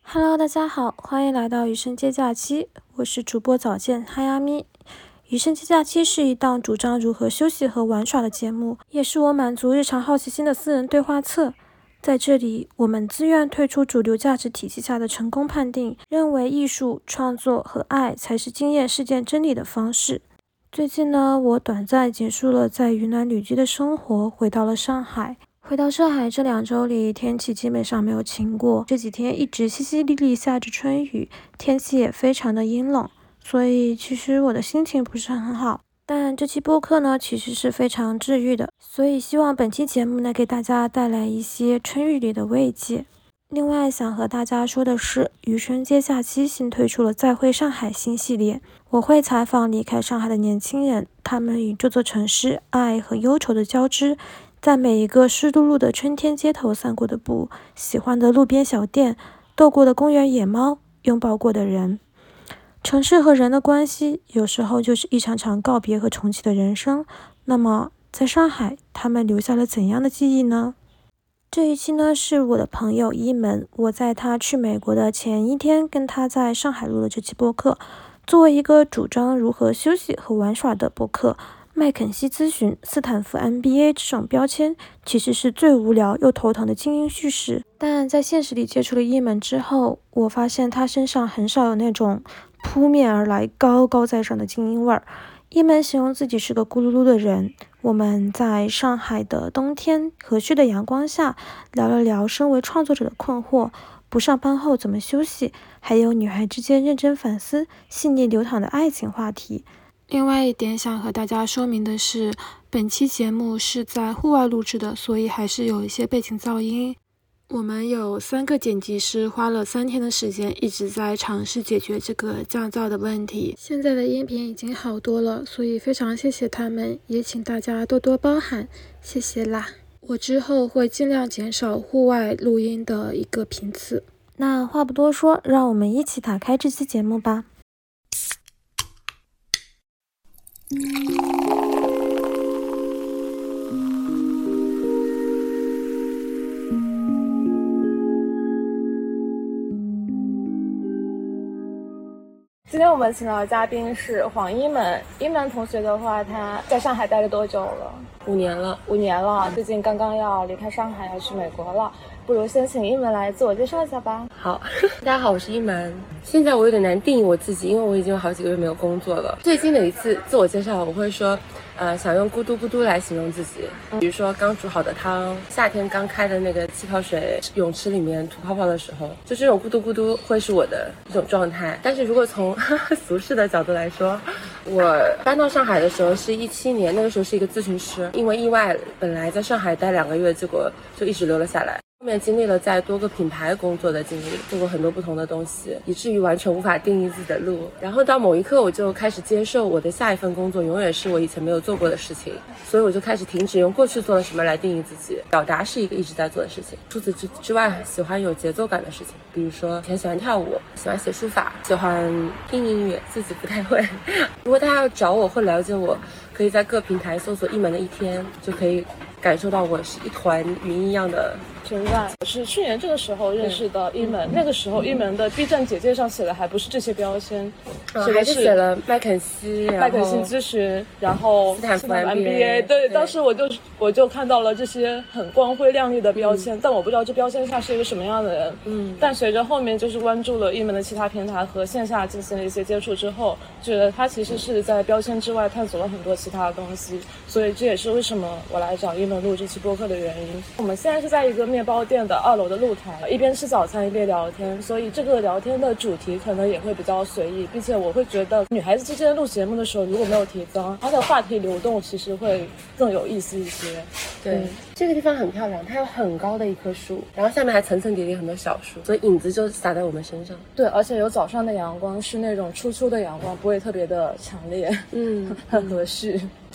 Hello， 大家好，欢迎来到余生接假期，我是主播早见哈亚咪。余生接假期是一档主张如何休息和玩耍的节目，也是我满足日常好奇心的私人对话册。在这里，我们自愿退出主流价值体系下的成功判定，认为艺术、创作和爱才是经验事件真理的方式。最近呢，我短暂结束了在云南旅居的生活，回到了上海。回到上海这2周里，天气基本上没有晴过，这几天一直淅淅沥沥下着春雨，天气也非常的阴冷，所以其实我的心情不是很好。但这期播客呢，其实是非常治愈的，所以希望本期节目能给大家带来一些春雨里的慰藉。另外想和大家说的是，余生接假期新推出了再会上海新系列，我会采访离开上海的年轻人，他们与这座城市爱和忧愁的交织，在每一个湿漉漉的春天街头散过的步，喜欢的路边小店，逗过的公园野猫，拥抱过的人。城市和人的关系，有时候就是一场场告别和重启的人生。那么，在上海，他们留下了怎样的记忆呢？这一期呢，是我的朋友一门，我在他去美国的前一天，跟他在上海录了这期播客。作为一个主张如何休息和玩耍的播客，麦肯锡咨询、斯坦福 MBA 这种标签其实是最无聊又头疼的精英叙事。但在现实里接触了一门之后，我发现他身上很少有那种扑面而来、高高在上的精英味儿。一门形容自己是个咕噜噜的人。我们在上海的冬天和煦的阳光下聊了聊身为创作者的困惑，不上班后怎么休息，还有女孩之间认真反思、细腻流淌的爱情话题。另外一点想和大家说明的是，本期节目是在户外录制的，所以还是有一些背景噪音。我们有3个剪辑师花了3天的时间，一直在尝试解决这个降噪的问题。现在的音频已经好多了，所以非常谢谢他们，也请大家多多包涵，谢谢啦。我之后会尽量减少户外录音的一个频次。那话不多说，让我们一起打开这期节目吧。 今天我们请到的嘉宾是黄一门。一门同学的话，他在上海待了多久了 ？5年了。 5年了，最近刚刚要离开上海，要去美国了。不如先请一门来自我介绍一下吧。 好，大家好，我是一门。现在我有点难定义我自己，因为我已经有好几个月没有工作了。最近的一次自我介绍，我会说，想用咕嘟咕嘟来形容自己。比如说刚煮好的汤，夏天刚开的那个气泡水泳池里面吐泡泡的时候，就这种咕嘟咕嘟会是我的一种状态。但是如果从俗世的角度来说，我搬到上海的时候是17年，那个时候是一个咨询师，因为意外本来在上海待2个月，结果就一直留了下来。后面经历了在多个品牌工作的经历，做过很多不同的东西，以至于完全无法定义自己的路。然后到某一刻，我就开始接受我的下一份工作永远是我以前没有做过的事情，所以我就开始停止用过去做了什么来定义自己。表达是一个一直在做的事情。除此之外，喜欢有节奏感的事情，比如说以前喜欢跳舞，喜欢写书法，喜欢听音乐，自己不太会。如果大家要找我或了解我，可以在各平台搜索一门的一天，就可以感受到我是一团云一样的存在。我是去年这个时候认识的一门，那个时候一门的 B 站简介上写的还不是这些标签， 还是写了麦肯锡咨询，然后斯坦福 MBA。对，当时我就看到了这些很光辉亮丽的标签，但我不知道这标签下是一个什么样的人。但随着后面就是关注了一门的其他平台和线下进行了一些接触之后，觉得他其实是在标签之外探索了很多其他的东西，所以这也是为什么我来找一门录这期播客的原因。我们现在是在一个面包店的2楼的露台，一边吃早餐一边聊天，所以这个聊天的主题可能也会比较随意，并且我会觉得女孩子之间录节目的时候，如果没有提纲，它的话题流动其实会更有意思一些。 对，这个地方很漂亮，它有很高的一棵树，然后下面还层层叠叠很多小树，所以影子就洒在我们身上。 对，而且有早上的阳光，是那种初的阳光，不会特别的强烈，很合适。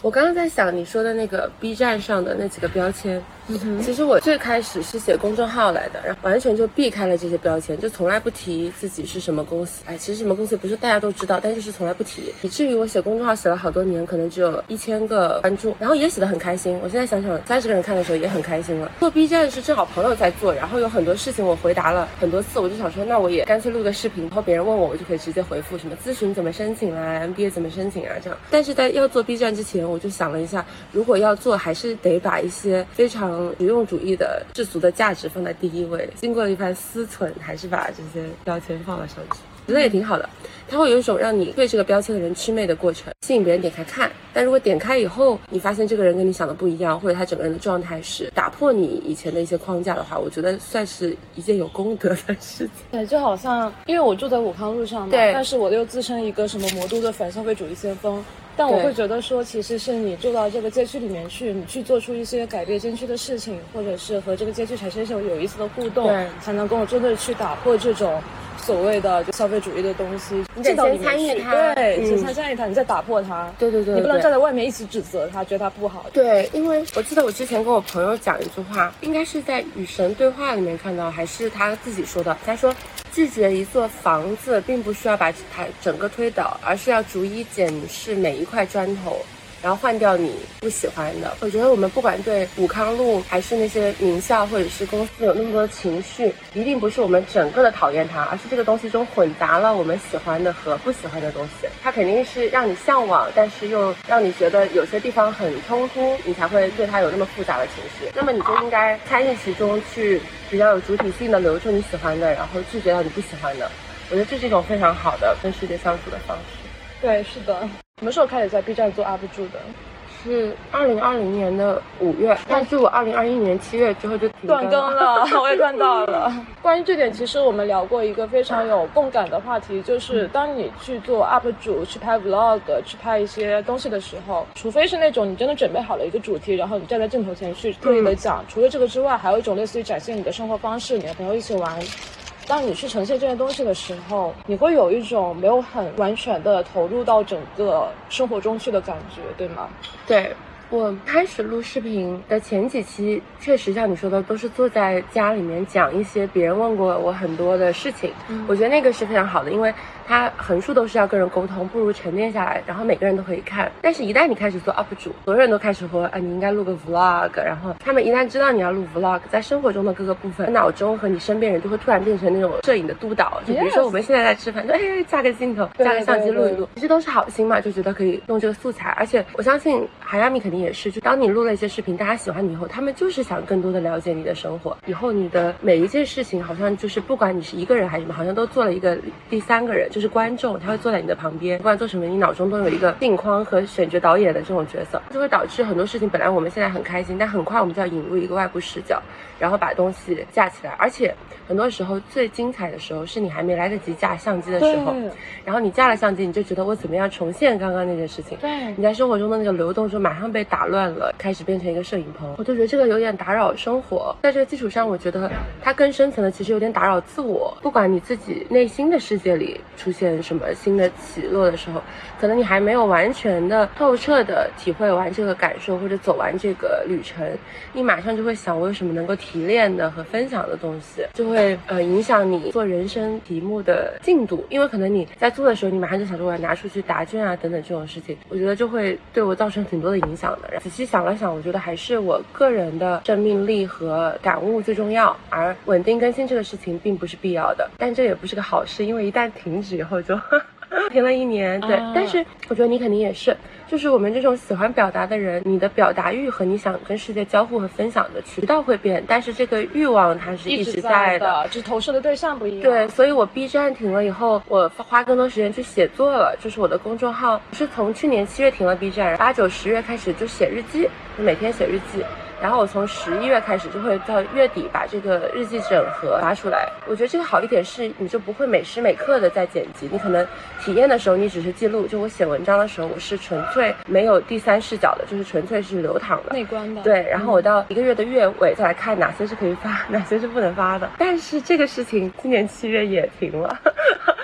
我刚刚在想你说的那个 B 站上的那几个标签，其实我最开始是写公众号来的，然后完全就避开了这些标签，就从来不提自己是什么公司。其实什么公司不是大家都知道，但就是从来不提，以至于我写公众号写了好多年，可能只有1000个关注，然后也写得很开心。我现在想想，30个人看的时候也很开心了。做 B 站是正好朋友在做，然后有很多事情我回答了很多次，我就想说，那我也干脆录个视频，然后别人问我，我就可以直接回复什么咨询怎么申请啦 ，MBA 怎么申请啊这样。但是在要做 B 站之前，我就想了一下，如果要做，还是得把一些非常实用主义的世俗的价值放在第一位。经过了一番思忖，还是把这些标签放了上去，觉得也挺好的。它会有一种让你对这个标签的人祛魅的过程，吸引别人点开看。但如果点开以后，你发现这个人跟你想的不一样，或者他整个人的状态是打破你以前的一些框架的话，我觉得算是一件有功德的事情。 对，就好像因为我住在武康路上嘛， 对， 但是我又自称一个什么魔都的反消费主义先锋。但我会觉得说，其实是你住到这个街区里面去，你去做出一些改变街区的事情，或者是和这个街区产生一些有意思的互动，才能跟我真的去打破这种所谓的消费主义的东西。 你得先参与它， 对，先参与它，你再打破它。 对，你不能站在外面一直指责它，觉得它不好。 对，因为我记得我之前跟我朋友讲一句话，应该是在《与神对话》里面看到，还是他自己说的。他说，拒绝一座房子，并不需要把它整个推倒，而是要逐一检视每一块砖头，然后换掉你不喜欢的。我觉得我们不管对武康路还是那些名校或者是公司有那么多的情绪，一定不是我们整个的讨厌它，而是这个东西中混杂了我们喜欢的和不喜欢的东西。它肯定是让你向往，但是又让你觉得有些地方很冲突，你才会对它有那么复杂的情绪。那么你就应该参与其中，去比较有主体性的留住你喜欢的，然后拒绝掉你不喜欢的。我觉得这是一种非常好的跟世界相处的方式。 对，是的。什么时候开始在 B 站做 UP 主的？ 是2020年的5月，但是我2021年7月之后就停断更了，我也断到了。关于这点，其实我们聊过一个非常有共感的话题，就是当你去做 UP 主，去拍 Vlog， 去拍一些东西的时候，除非是那种你真的准备好了一个主题，然后你站在镜头前去特意的讲，除了这个之外，还有一种类似于展现你的生活方式，你和朋友一起玩。当你去呈现这些东西的时候，你会有一种没有很完全的投入到整个生活中去的感觉，对吗？ 对，我开始录视频的前几期，确实像你说的，都是坐在家里面讲一些别人问过我很多的事情。我觉得那个是非常好的，因为它横竖都是要跟人沟通，不如沉淀下来，然后每个人都可以看。但是一旦你开始做 UP 主，所有人都开始说你应该录个 Vlog， 然后他们一旦知道你要录 Vlog， 在生活中的各个部分，脑中和你身边人就会突然变成那种摄影的督导。就比如说我们现在在吃饭，架个镜头，架个相机录一录，其实都是好心嘛，就觉得可以用这个素材。而且我相信海亚米肯定也是，就当你录了一些视频，大家喜欢你以后，他们就是想更多的了解你的生活。以后你的每一件事情，好像就是不管你是一个人还是什么，好像都做了一个第三个人，就是观众，他会坐在你的旁边，不管做什么，你脑中都有一个镜框和选角导演的这种角色，就会导致很多事情本来我们现在很开心，但很快我们就要引入一个外部视角，然后把东西架起来。而且很多时候最精彩的时候是你还没来得及架相机的时候，然后你架了相机，你就觉得我怎么样重现刚刚那件事情，你在生活中的那个流动就马上被打乱了，开始变成一个摄影棚。我就觉得这个有点打扰生活。在这个基础上，我觉得它更深层的其实有点打扰自我。不管你自己内心的世界里出现什么新的起落的时候，可能你还没有完全的透彻的体会完这个感受，或者走完这个旅程，你马上就会想我有什么能够提炼的和分享的东西，就会影响你做人生题目的进度。因为可能你在做的时候，你马上就想着我要拿出去答卷啊等等这种事情，我觉得就会对我造成挺多的影响的。仔细想了想，我觉得还是我个人的生命力和感悟最重要，而稳定更新这个事情并不是必要的。但这也不是个好事，因为一旦停止以后就停了1年。对，但是我觉得你肯定也是，就是我们这种喜欢表达的人，你的表达欲和你想跟世界交互和分享的渠道会变，但是这个欲望它是一直在的， 只投射的对象不一样。 对，所以我 B 站停了以后，我花更多时间去写作了，就是我的公众号是从去年7月停了 B 站，8、9、10月开始就写日记，就每天写日记。然后我从11月开始就会到月底把这个日记整合发出来。我觉得这个好一点是，你就不会每时每刻的在剪辑，你可能体验的时候你只是记录，就我写文章的时候我是纯粹没有第三视角的，就是纯粹是流淌的内观的。 对，然后我到1个月的月尾再来看哪些是可以发，哪些是不能发的。但是这个事情今年7月也停了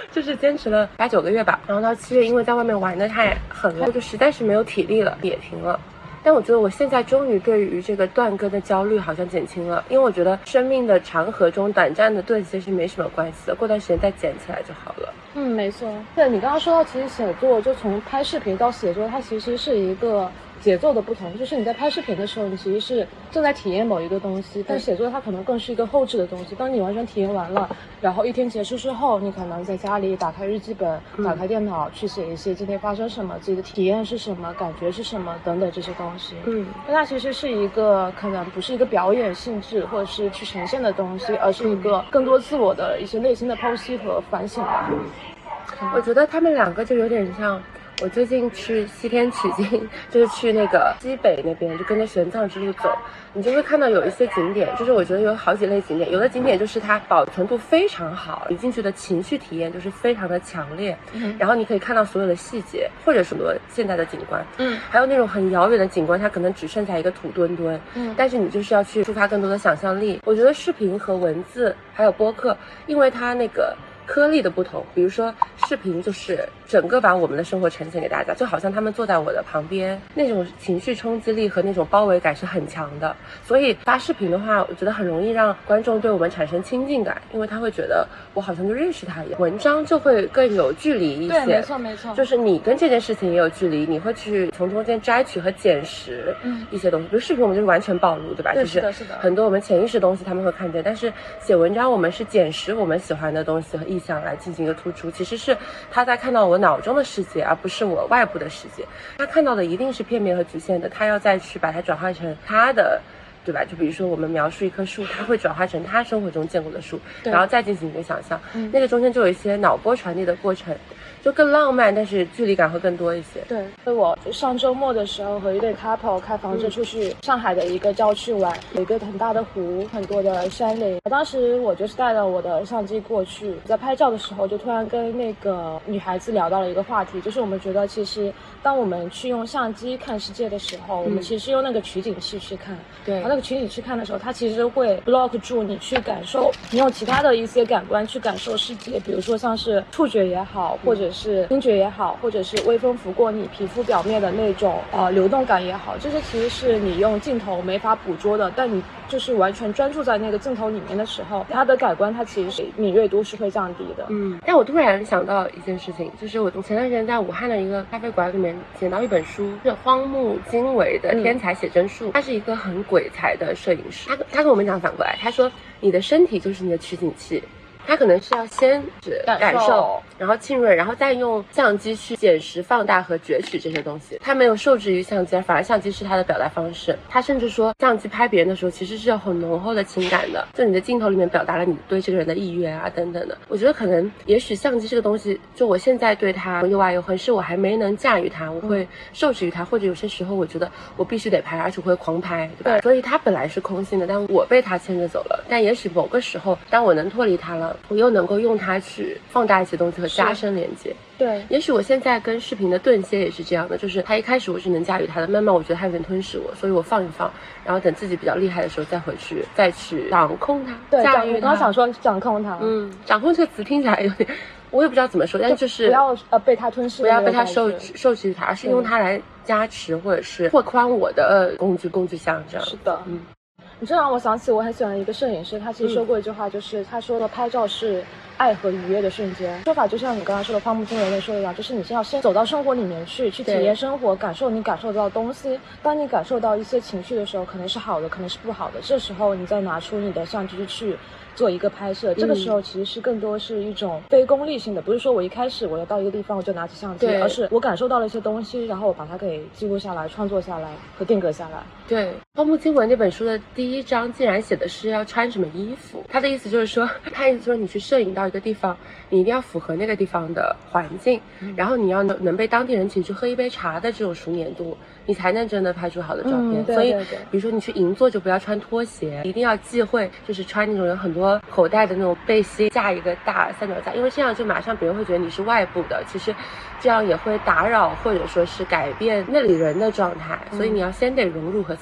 就是坚持了8、9个月吧。然后到7月，因为在外面玩的太狠了，就实在是没有体力了，也停了。但我觉得我现在终于对于这个断更的焦虑好像减轻了，因为我觉得生命的长河中短暂的顿歇是没什么关系的，过段时间再捡起来就好了。 没错。对，你刚刚说到，其实写作就从拍视频到写作，它其实是一个节奏的不同，就是你在拍视频的时候，你其实是正在体验某一个东西，但写作它可能更是一个后置的东西。当你完全体验完了，然后一天结束之后，你可能在家里打开日记本，打开电脑去写一些今天发生什么，自己的体验是什么，感觉是什么等等这些东西。它其实是一个可能不是一个表演性质或者是去呈现的东西，而是一个更多自我的一些内心的剖析和反省吧。 我觉得他们两个就有点像。我最近去西天取经，就是去那个西北那边，就跟着玄奘之路走，你就会看到有一些景点，就是我觉得有好几类景点，有的景点就是它保存度非常好，你进去的情绪体验就是非常的强烈，然后你可以看到所有的细节，或者什么现代的景观，还有那种很遥远的景观，它可能只剩下一个土墩墩，但是你就是要去触发更多的想象力。我觉得视频和文字还有播客，因为它那个颗粒的不同，比如说视频就是整个把我们的生活呈现给大家，就好像他们坐在我的旁边，那种情绪冲击力和那种包围感是很强的。所以发视频的话，我觉得很容易让观众对我们产生亲近感，因为他会觉得我好像就认识他一样。文章就会更有距离一些， 对，没错没错， 就是你跟这件事情也有距离，你会去从中间摘取和捡拾一些东西。比如视频我们就是完全暴露，对吧？ 对， 就是是的很多我们潜意识的东西他们会看见，但是写文章我们是捡拾我们喜欢的东西和意象来进行一个突出，其实是他在看到我脑中的世界，而不是我外部的世界。他看到的一定是片面和局限的，他要再去把它转化成他的，对吧？就比如说我们描述一棵树，他会转化成他生活中见过的树，然后再进行一个想象，那个中间就有一些脑波传递的过程，就更浪漫，但是距离感会更多一些。 对，我上周末的时候和一对 couple 开房车出去上海的一个郊区玩，有一个很大的湖，很多的山林。当时我就是带了我的相机过去，在拍照的时候就突然跟那个女孩子聊到了一个话题，就是我们觉得其实当我们去用相机看世界的时候，我们其实是用那个取景器去看， 对， 然后那个取景器看的时候，它其实会 block 住你去感受，你用其他的一些感官去感受世界，比如说像是触觉也好，或者是听觉也好，或者是微风拂过你皮肤表面的那种流动感也好，这些其实是你用镜头没法捕捉的，但你就是完全专注在那个镜头里面的时候，它的感官它其实是敏锐度是会降低的。 但我突然想到一件事情，就是我前段时间在武汉的一个咖啡馆里面捡到一本书，是荒木经惟的《天才写真术》，他是一个很鬼才的摄影师，他跟我们讲反过来，他说你的身体就是你的取景器。他可能是要先感受，然后浸润，然后再用相机去捡拾、放大和攫取这些东西。他没有受制于相机，反而相机是他的表达方式。他甚至说，相机拍别人的时候，其实是有很浓厚的情感的，就你的镜头里面表达了你对这个人的意愿啊，等等的。我觉得可能，也许相机这个东西，就我现在对它又爱又恨，是我还没能驾驭它，我会受制于它，或者有些时候我觉得我必须得拍，而且我会狂拍，对吧？所以它本来是空性的，但我被它牵着走了。但也许某个时候，当我能脱离它了，我又能够用它去放大一些东西和加深连接。 对， 也许我现在跟视频的顿歇也是这样的，就是它一开始我是能驾驭它的，慢慢我觉得它有点吞噬我，所以我放一放，然后等自己比较厉害的时候再回去，再去掌控它， 对， 驾驭它。 我刚想说掌控它， 掌控这个词听起来有点，我也不知道怎么说，但就是不要被它吞噬， 不要被它受制于它，而是用它来加持或者是拓宽我的工具箱这样。 是的，你这让我想起我很喜欢的一个摄影师，他其实说过一句话，就是他说的拍照是爱和愉悦的瞬间。说法就像你刚刚说的荒木经惟说的一样，就是你先要先走到生活里面去体验生活，感受你感受到的东西。当你感受到一些情绪的时候，可能是好的，可能是不好的，这时候你再拿出你的相机去做一个拍摄，这个时候其实是更多是一种非功利性的，不是说我一开始我要到一个地方我就拿起相机，而是我感受到了一些东西，然后我把它给记录下来、创作下来和定格下来。 对，荒木经惟那本书的第一章竟然写的是要穿什么衣服，他的意思就是说，你去摄影到一个地方，你一定要符合那个地方的环境，然后你要能被当地人请去喝一杯茶的这种熟年度，你才能真的拍出好的照片。所以比如说你去银座就不要穿拖鞋，一定要忌讳就是穿那种有很多口袋的那种背心，架一个大三角架，因为这样就马上别人会觉得你是外部的，其实这样也会打扰或者说是改变那里人的状态，所以你要先得融入和参与，然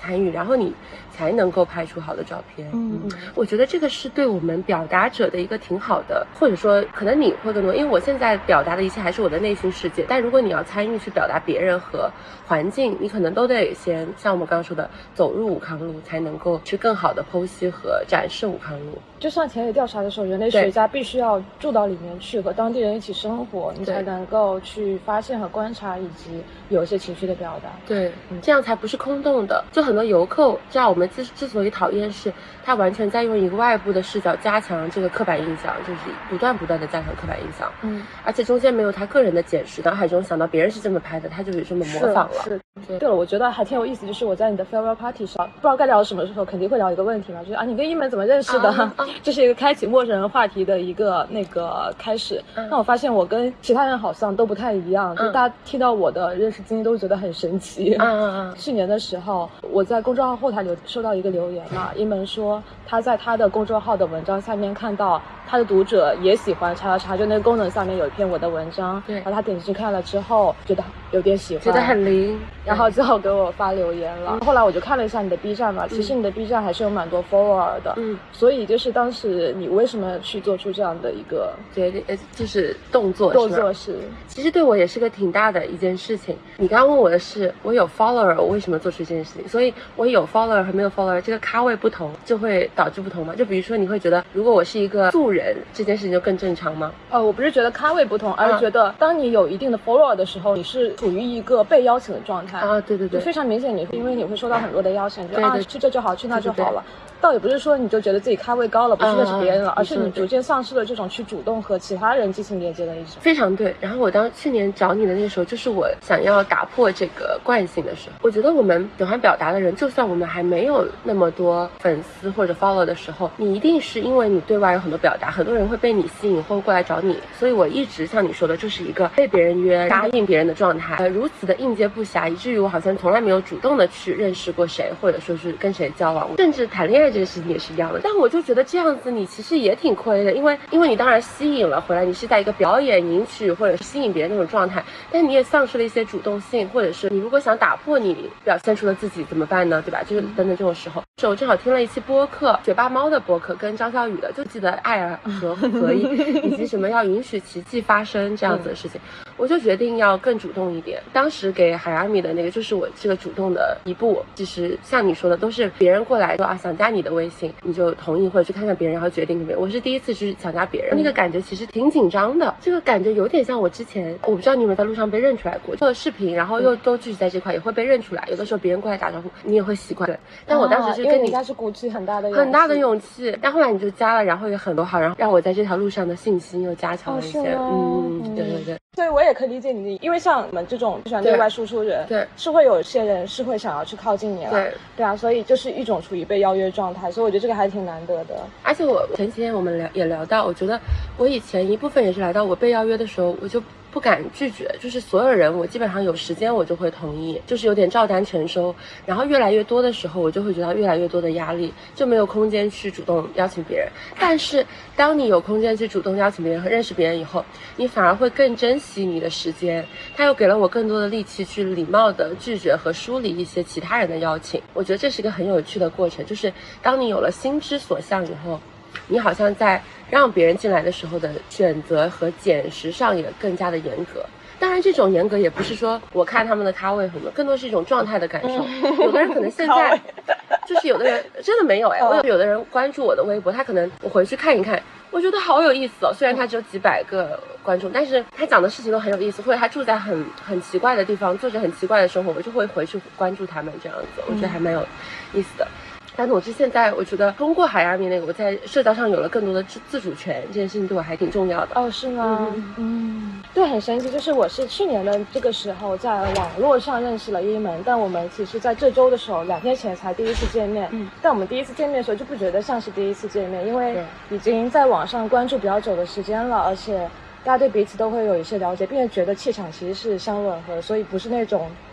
后你才能够拍出好的照片。我觉得这个是对我们表达者的一个挺好的，或者说可能你会更多，因为我现在表达的一切还是我的内心世界，但如果你要参与去表达别人和环境，你可能都得先像我们刚刚说的走入武康路，才能够去更好的剖析和展示武康路。 就像田野调查的时候，人类学家必须要住到里面去，和当地人一起生活，你才能够去发现和观察，以及有一些情绪的表达。 对，这样才不是空洞的。就很多游客，这样我们之所以讨厌，是他完全在用一个外部的视角加强这个刻板印象，就是不断的加强刻板印象。而且中间没有他个人的解释，脑海中想到别人是这么拍的，他就有这么模仿了。 是。对了，我觉得还挺有意思，就是我在你的 farewell party 上，不知道该聊什么时候，肯定会聊一个问题嘛，就是你跟一门怎么认识的？这是一个开启陌生人话题的一个开始。那我发现我跟其他人好像都不太一样，就大家听到我的认识经历都觉得很神奇。去年的时候，我在公众号后台收到一个留言嘛，一门说他在他的公众号的文章下面看到他的读者也喜欢查，就那个功能下面有一篇我的文章，然后他点进去看了之后觉得有点喜欢， 觉得很灵， 然后之后给我发留言了。后来我就看了一下你的 B 站嘛，其实你的 B 站还是有蛮多 follower 的。所以就是当时你为什么去做出这样的一个决定，就是动作是， 其实对我也是个挺大的一件事情。你刚刚问我的是我有 follower 我为什么做出这件事情，所以我有 follower 和没有 follower 这个咖位不同就会导致不同吗？就比如说你会觉得如果我是一个素人，这件事情就更正常吗？ 我不是觉得咖位不同，而是觉得当你有一定的 follower 的时候，你是处于一个被邀请的状态对， 就非常明显，因为你会收到很多的邀请，就去这就好，去那就好了。倒也不是说你就觉得自己咖位高了，不是认识别人了，而是你逐渐丧失了这种去主动和其他人进行连接的一种。 非常对。然后我去年找你的那时候，就是我想要打破这个惯性的时候。我觉得我们喜欢表达的人，就算我们还没有那么多粉丝或者 follow 的时候，你一定是因为你对外有很多表达，很多人会被你吸引或过来找你。所以我一直像你说的，就是一个被别人约、答应别人的状态，如此的应接不暇，以至于我好像从来没有主动的去认识过谁，或者说是跟谁交往，甚至谈恋爱这个事情也是一样的。但我就觉得这样子你其实也挺亏的，因为你当然吸引了回来，你是在一个表演迎娶或者是吸引别人那种状态，但你也丧失了一些主动性，或者是你如果想打破你表现出了自己怎么办呢？对吧？就是等等这种时候，我正好听了一期播客，学霸猫的播客，跟张小雨的，就记得爱而和合一，以及什么要允许奇迹发生这样子的事情，我就决定要更主动一点。当时给海阿米的那个就是我这个主动的一步，其实像你说的都是别人过来说想加你的微信，你就同意或者去看看别人，然后决定别人。我是第一次去想加别人，那个感觉其实挺紧张的，这个感觉有点像我之前，我不知道你有没有在路上被认出来过，做视频然后又都聚集在这块也会被认出来，有的时候别人过来打招呼你也会习惯。对，但我当时是跟你， 因为人家是鼓起很大的勇气，但后来你就加了，然后也很多好，然后让我在这条路上的信心又加强了一些。对。 所以我也可以理解你，因为像我们这种喜欢对外输出人， 对， 是会有些人是会想要去靠近你了，对啊，所以就是一种处于被邀约状态，所以我觉得这个还挺难得的。 而且我前几天我们也聊到，我觉得我以前一部分也是来到我被邀约的时候，我就不敢拒绝，就是所有人我基本上有时间我就会同意，就是有点照单全收。然后越来越多的时候，我就会觉得越来越多的压力，就没有空间去主动邀请别人。但是当你有空间去主动邀请别人和认识别人以后，你反而会更珍惜你的时间，它又给了我更多的力气去礼貌的拒绝和梳理一些其他人的邀请。我觉得这是一个很有趣的过程，就是当你有了心之所向以后，你好像在让别人进来的时候的选择和捡拾上也更加的严格。当然这种严格也不是说我看他们的咖位很多，更多是一种状态的感受。有的人可能现在就是有的人真的没有我有的人关注我的微博，他可能我回去看一看，我觉得好有意思哦，虽然他只有几百个关注，但是他讲的事情都很有意思，或者他住在很奇怪的地方，做着很奇怪的生活，我就会回去关注他们这样子，我觉得还蛮有意思的。但总之现在我觉得通过海阿米那个，我在社交上有了更多的自主权，这件事情对我还挺重要的。 是吗？对，很神奇，就是我是去年的这个时候在网络上认识了一门，但我们其实在这周的时候2天前才第一次见面。但我们第一次见面的时候就不觉得像是第一次见面，因为已经在网上关注比较久的时间了，而且大家对彼此都会有一些了解，并且觉得气场其实是相吻合，所以不是那种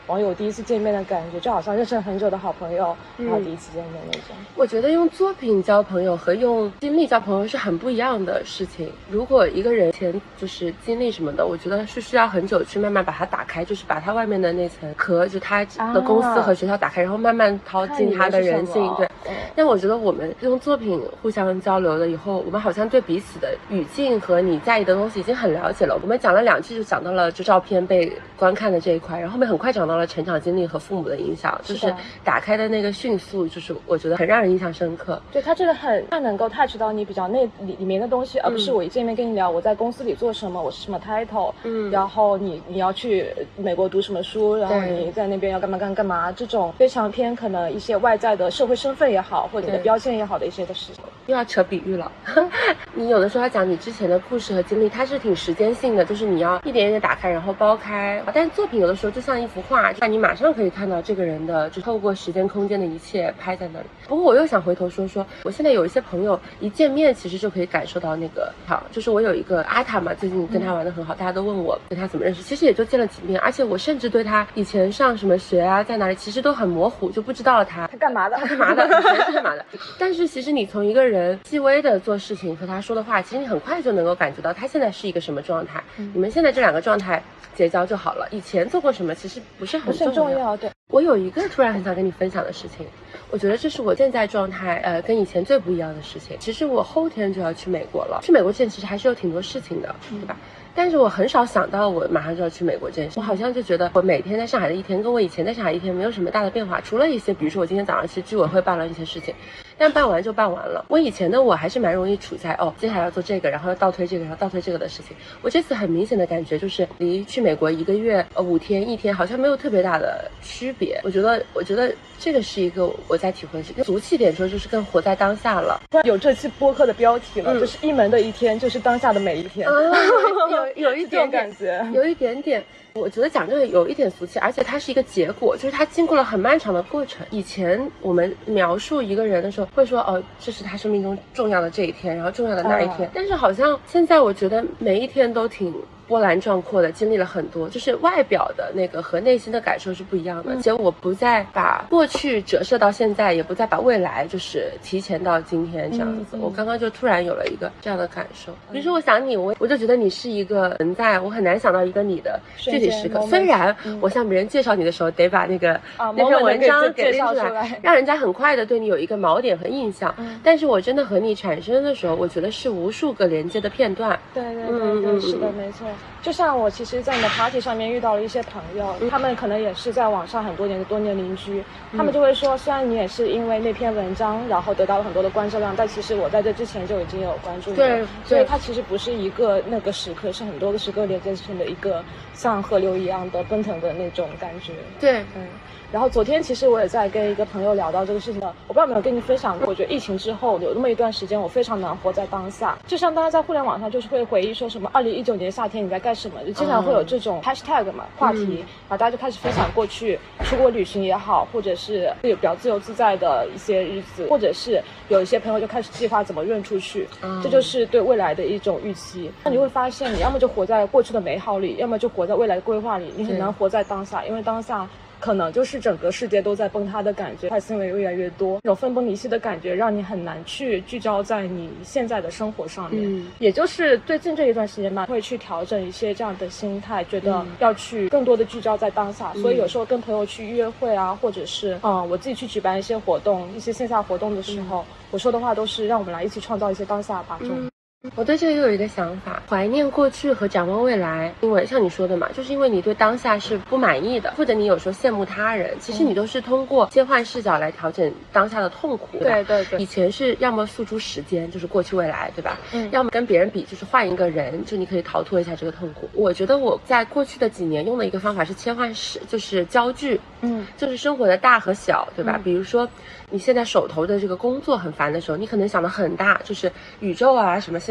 网友第一次见面的感觉，就好像认识了很久的好朋友，然后第一次见面那种。 我觉得用作品交朋友和用经历交朋友是很不一样的事情。如果一个人前就是经历什么的，我觉得是需要很久去慢慢把它打开，就是把他外面的那层壳，就他的公司和学校打开，然后慢慢掏进他的人性。对，但我觉得我们用作品互相交流了以后，我们好像对彼此的语境和你在意的东西已经很了解了。我们讲了2句就讲到了就照片被观看的这一块，然后后面很快讲到了成长经历和父母的影响，就是打开的那个迅速，就是我觉得很让人印象深刻。 对，他这个很能够 touch 到你比较里面的东西，而不是我一见面跟你聊我在公司里做什么，我是什么 title，然后你要去美国读什么书，然后你在那边要干嘛，这种非常偏可能一些外在的社会身份也好，或者你的标签也好的一些的事情。 又要扯比喻了你有的时候要讲你之前的故事和经历，它是挺时间性的，就是你要一点一点打开然后剥开。但作品有的时候就像一幅画，就你马上可以看到这个人的，就透过时间空间的一切拍在那里。不过我又想回头说，我现在有一些朋友一见面其实就可以感受到那个好，就是我有一个阿塔嘛，最近跟他玩得很好，大家都问我跟他怎么认识，其实也就见了几面，而且我甚至对他以前上什么学啊，在哪里其实都很模糊，就不知道他干嘛的， 以前是干嘛的。但是其实你从一个人细微的做事情和他说的话，其实你很快就能够感觉到他现在是一个什么状态，你们现在这2个状态结交就好了。以前做过什么其实不是很重要。 对， 我有一个突然很想跟你分享的事情，我觉得这是我现在状态跟以前最不一样的事情。其实我后天就要去美国了，去美国之前其实还是有挺多事情的，对吧？但是我很少想到我马上就要去美国这件事，我好像就觉得我每天在上海的一天跟我以前在上海一天没有什么大的变化，除了一些比如说我今天早上去居委会办了一些事情，但办完就办完了。我以前的我还是蛮容易处在接下来要做这个，然后要倒推这个，然后倒推这个的事情。我这次很明显的感觉就是离去美国1个月5天1天好像没有特别大的区别。我觉得这个是一个我在体会，俗气点说就是更活在当下了。 有这期播客的标题了，就是一门的一天，就是当下的每一天。 有一点感觉， 有一点点。我觉得讲这个有一点俗气，而且它是一个结果，就是它经过了很漫长的过程。以前我们描述一个人的时候会说这是他生命中重要的这一天，然后重要的那一天。但是好像现在我觉得每一天都挺波澜壮阔的，经历了很多，就是外表的那个和内心的感受是不一样的。而且我不再把过去折射到现在，也不再把未来就是提前到今天这样子。我刚刚就突然有了一个这样的感受。比如说我想你，我就觉得你是一个存在，我很难想到一个你的具体时刻。虽然我向别人介绍你的时候得把那个那篇文章给拎出来，让人家很快的对你有一个锚点和印象，但是我真的和你产生的时候，我觉得是无数个连接的片段。 对，是的，没错。就像我其实在你的 party 上面遇到了一些朋友，他们可能也是在网上很多年邻居，他们就会说，虽然你也是因为那篇文章然后得到了很多的关注量，但其实我在这之前就已经有关注你了。对，所以它其实不是一个那个时刻，是很多个时刻连接成的一个像河流一样的奔腾的那种感觉。 对， 然后昨天其实我也在跟一个朋友聊到这个事情了，我不知道有没有跟你分享过。我觉得疫情之后有那么一段时间，我非常难活在当下。就像大家在互联网上就是会回忆说什么2019年夏天你在干什么，就经常会有这种 hashtag 嘛话题，然后大家就开始分享过去出国旅行也好，或者是有比较自由自在的一些日子，或者是有一些朋友就开始计划怎么润出去，这就是对未来的一种预期。那你会发现，你要么就活在过去的美好里，要么就活在未来的规划里，你很难活在当下，因为当下可能就是整个世界都在崩塌的感觉，坏新闻越来越多，那种分崩离析的感觉让你很难去聚焦在你现在的生活上面。也就是最近这一段时间吧，会去调整一些这样的心态，觉得要去更多的聚焦在当下。所以有时候跟朋友去约会啊，或者是我自己去举办一些活动，一些线下活动的时候，我说的话都是让我们来一起创造一些当下吧。 我对这个又有一个想法，怀念过去和展望未来。因为像你说的嘛，就是因为你对当下是不满意的，或者你有时候羡慕他人，其实你都是通过切换视角来调整当下的痛苦，对吧？对。以前是要么诉诸时间，就是过去未来，对吧？要么跟别人比，就是换一个人，就你可以逃脱一下这个痛苦。我觉得我在过去的几年用的一个方法是切换就是焦距，就是生活的大和小，对吧？比如说你现在手头的这个工作很烦的时候，你可能想的很大，就是宇宙啊什么现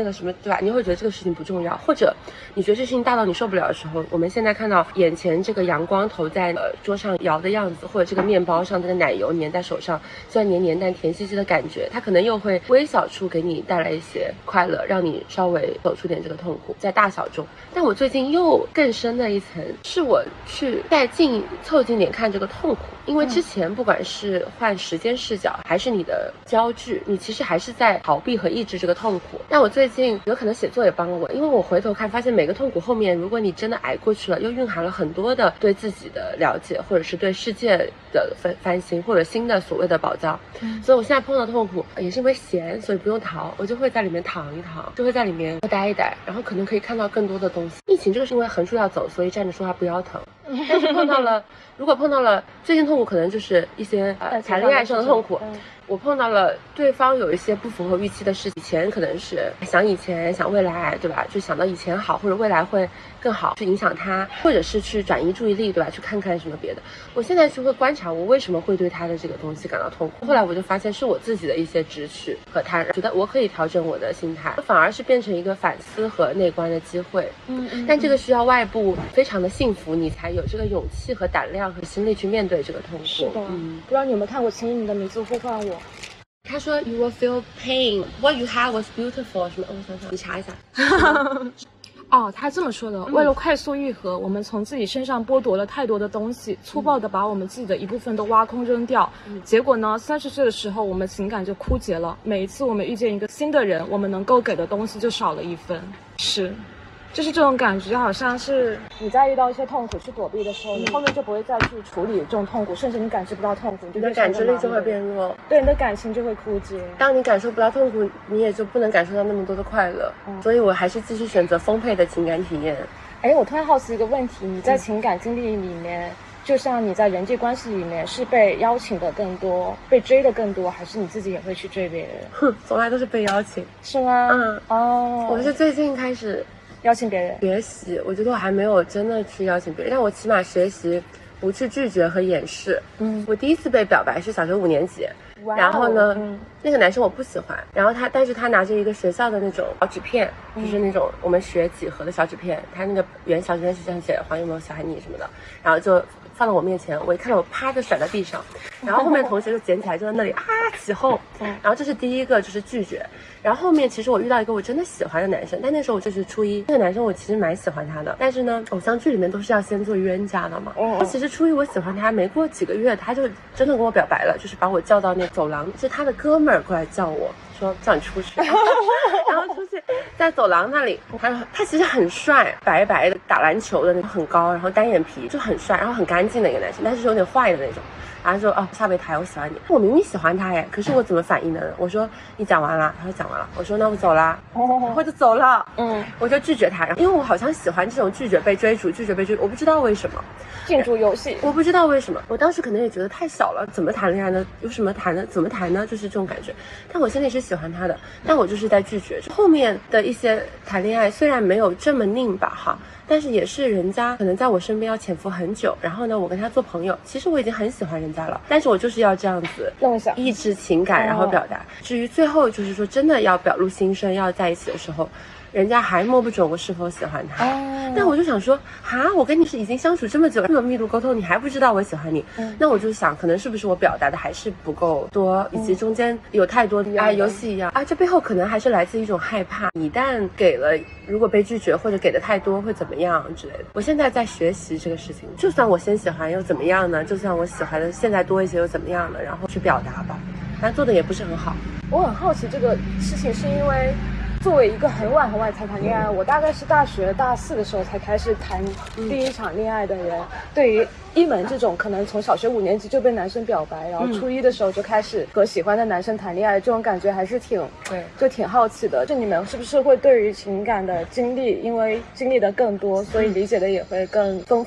了什么，对吧？你会觉得这个事情不重要，或者你觉得这事情大到你受不了的时候，我们现在看到眼前这个阳光投在桌上摇的样子，或者这个面包上这个奶油粘在手上，虽然黏黏但甜兮兮的感觉，它可能又会微小处给你带来一些快乐，让你稍微走出点这个痛苦，在大小中。但我最近又更深的一层，是我去再凑近点看这个痛苦，因为之前不管是换时间视角，还是你的焦距，你其实还是在逃避和抑制这个痛苦。但我最近有可能写作也帮了我，因为我回头看发现每个痛苦后面，如果你真的挨过去了，又蕴含了很多的对自己的了解，或者是对世界的翻新，或者新的所谓的宝藏。所以我现在碰到痛苦也是因为闲，所以不用逃，我就会在里面躺一躺，就会在里面待一待，然后可能可以看到更多的东西。疫情这个是因为横竖要走，所以站着说话不腰疼。但是如果碰到了最近痛苦，可能就是一些谈恋爱上的痛苦。我碰到了对方有一些不符合预期的事情，以前可能是想以前想未来，对吧？就想到以前好或者未来会更好，去影响他，或者是去转移注意力，对吧？去看看什么别的。我现在是会观察我为什么会对他的这个东西感到痛苦。后来我就发现是我自己的一些直取和他觉得我可以调整我的心态，反而是变成一个反思和内观的机会。但这个需要外部非常的幸福，你才有这个勇气和胆量和心力去面对这个痛苦。 是的，不知道你有没有看过《请以你的名字呼唤我》？ 他说 You will feel pain. What you had was beautiful. 什么？我想想，你查一下。 哦，他这么说的，为了快速愈合，我们从自己身上剥夺了太多的东西，粗暴的把我们自己的一部分都挖空扔掉。结果呢，30岁的时候，我们情感就枯竭了。每一次我们遇见一个新的人，我们能够给的东西就少了一分。是。就是这种感觉，就好像是你在遇到一些痛苦去躲避的时候，你后面就不会再去处理这种痛苦，甚至你感知不到痛苦， 你的感知力就会变弱， 对，你的感情就会枯竭。 当你感受不到痛苦，你也就不能感受到那么多的快乐。所以我还是继续选择丰沛的情感体验。 我突然好奇一个问题，你在情感经历里面，就像你在人际关系里面，是被邀请的更多，被追的更多，还是你自己也会去追别人？ 从来都是被邀请。 是吗？ 我是最近开始邀请别人学习，我觉得我还没有真的去邀请别人，但我起码学习不去拒绝和掩饰。我第一次被表白是小学5年级，然后呢，那个男生我不喜欢，然后但是他拿着一个学校的那种小纸片，就是那种我们学几何的小纸片，他那个原小纸片是这样写黄有没有小喊你什么的，然后就放到我面前，我一看到我啪就甩在地上，然后后面同学就捡起来就在那里起哄，然后这是第一个就是拒绝。然后后面其实我遇到一个我真的喜欢的男生，但那时候我就是初一，那个男生我其实蛮喜欢他的，但是呢偶像剧里面都是要先做冤家的嘛。其实初一我喜欢他，没过几个月他就真的跟我表白了，就是把我叫到那走廊，是他的哥们儿过来叫我说叫你出去，然后出去在走廊那里，他其实很帅，白白的打篮球的那种，很高，然后单眼皮就很帅，然后很干净的一个男生，但是有点坏的那种。然后说下备胎，我喜欢你。我明明喜欢他耶，可是我怎么反应的呢？我说你讲完了，他说讲完了。我说那我走啦，我就走了。我就拒绝他，因为我好像喜欢这种拒绝被追逐，我不知道为什么。 进入游戏， 我不知道为什么。我当时可能也觉得太小了，怎么谈恋爱呢？有什么谈呢？怎么谈呢？就是这种感觉。但我心里是喜欢他的，但我就是在拒绝。后面的一些谈恋爱虽然没有这么拧吧哈，但是也是人家可能在我身边要潜伏很久，然后呢我跟他做朋友，其实我已经很喜欢人家了，但是我就是要这样子弄一下抑制情感然后表达。至于最后就是说真的要表露心声要在一起的时候，人家还摸不准我是否喜欢他。但我就想说我跟你是已经相处这么久，这么密度沟通，你还不知道我喜欢你。那我就想可能是不是我表达的还是不够多，以及中间有太多游戏一样这背后可能还是来自一种害怕，一旦给了如果被拒绝或者给的太多会怎么样之类的。我现在在学习这个事情，就算我先喜欢又怎么样呢？就算我喜欢的现在多一些又怎么样呢？然后去表达吧，但做的也不是很好。 我很好奇这个事情是因为作为一个很晚才谈恋爱，我大概是大学大4的时候才开始谈第一场恋爱的人，对于一门这种可能从小学5年级就被男生表白，然后初一的时候就开始和喜欢的男生谈恋爱，这种感觉还是挺好奇的。就你们是不是会对于情感的经历，因为经历的更多，所以理解的也会更丰富一些？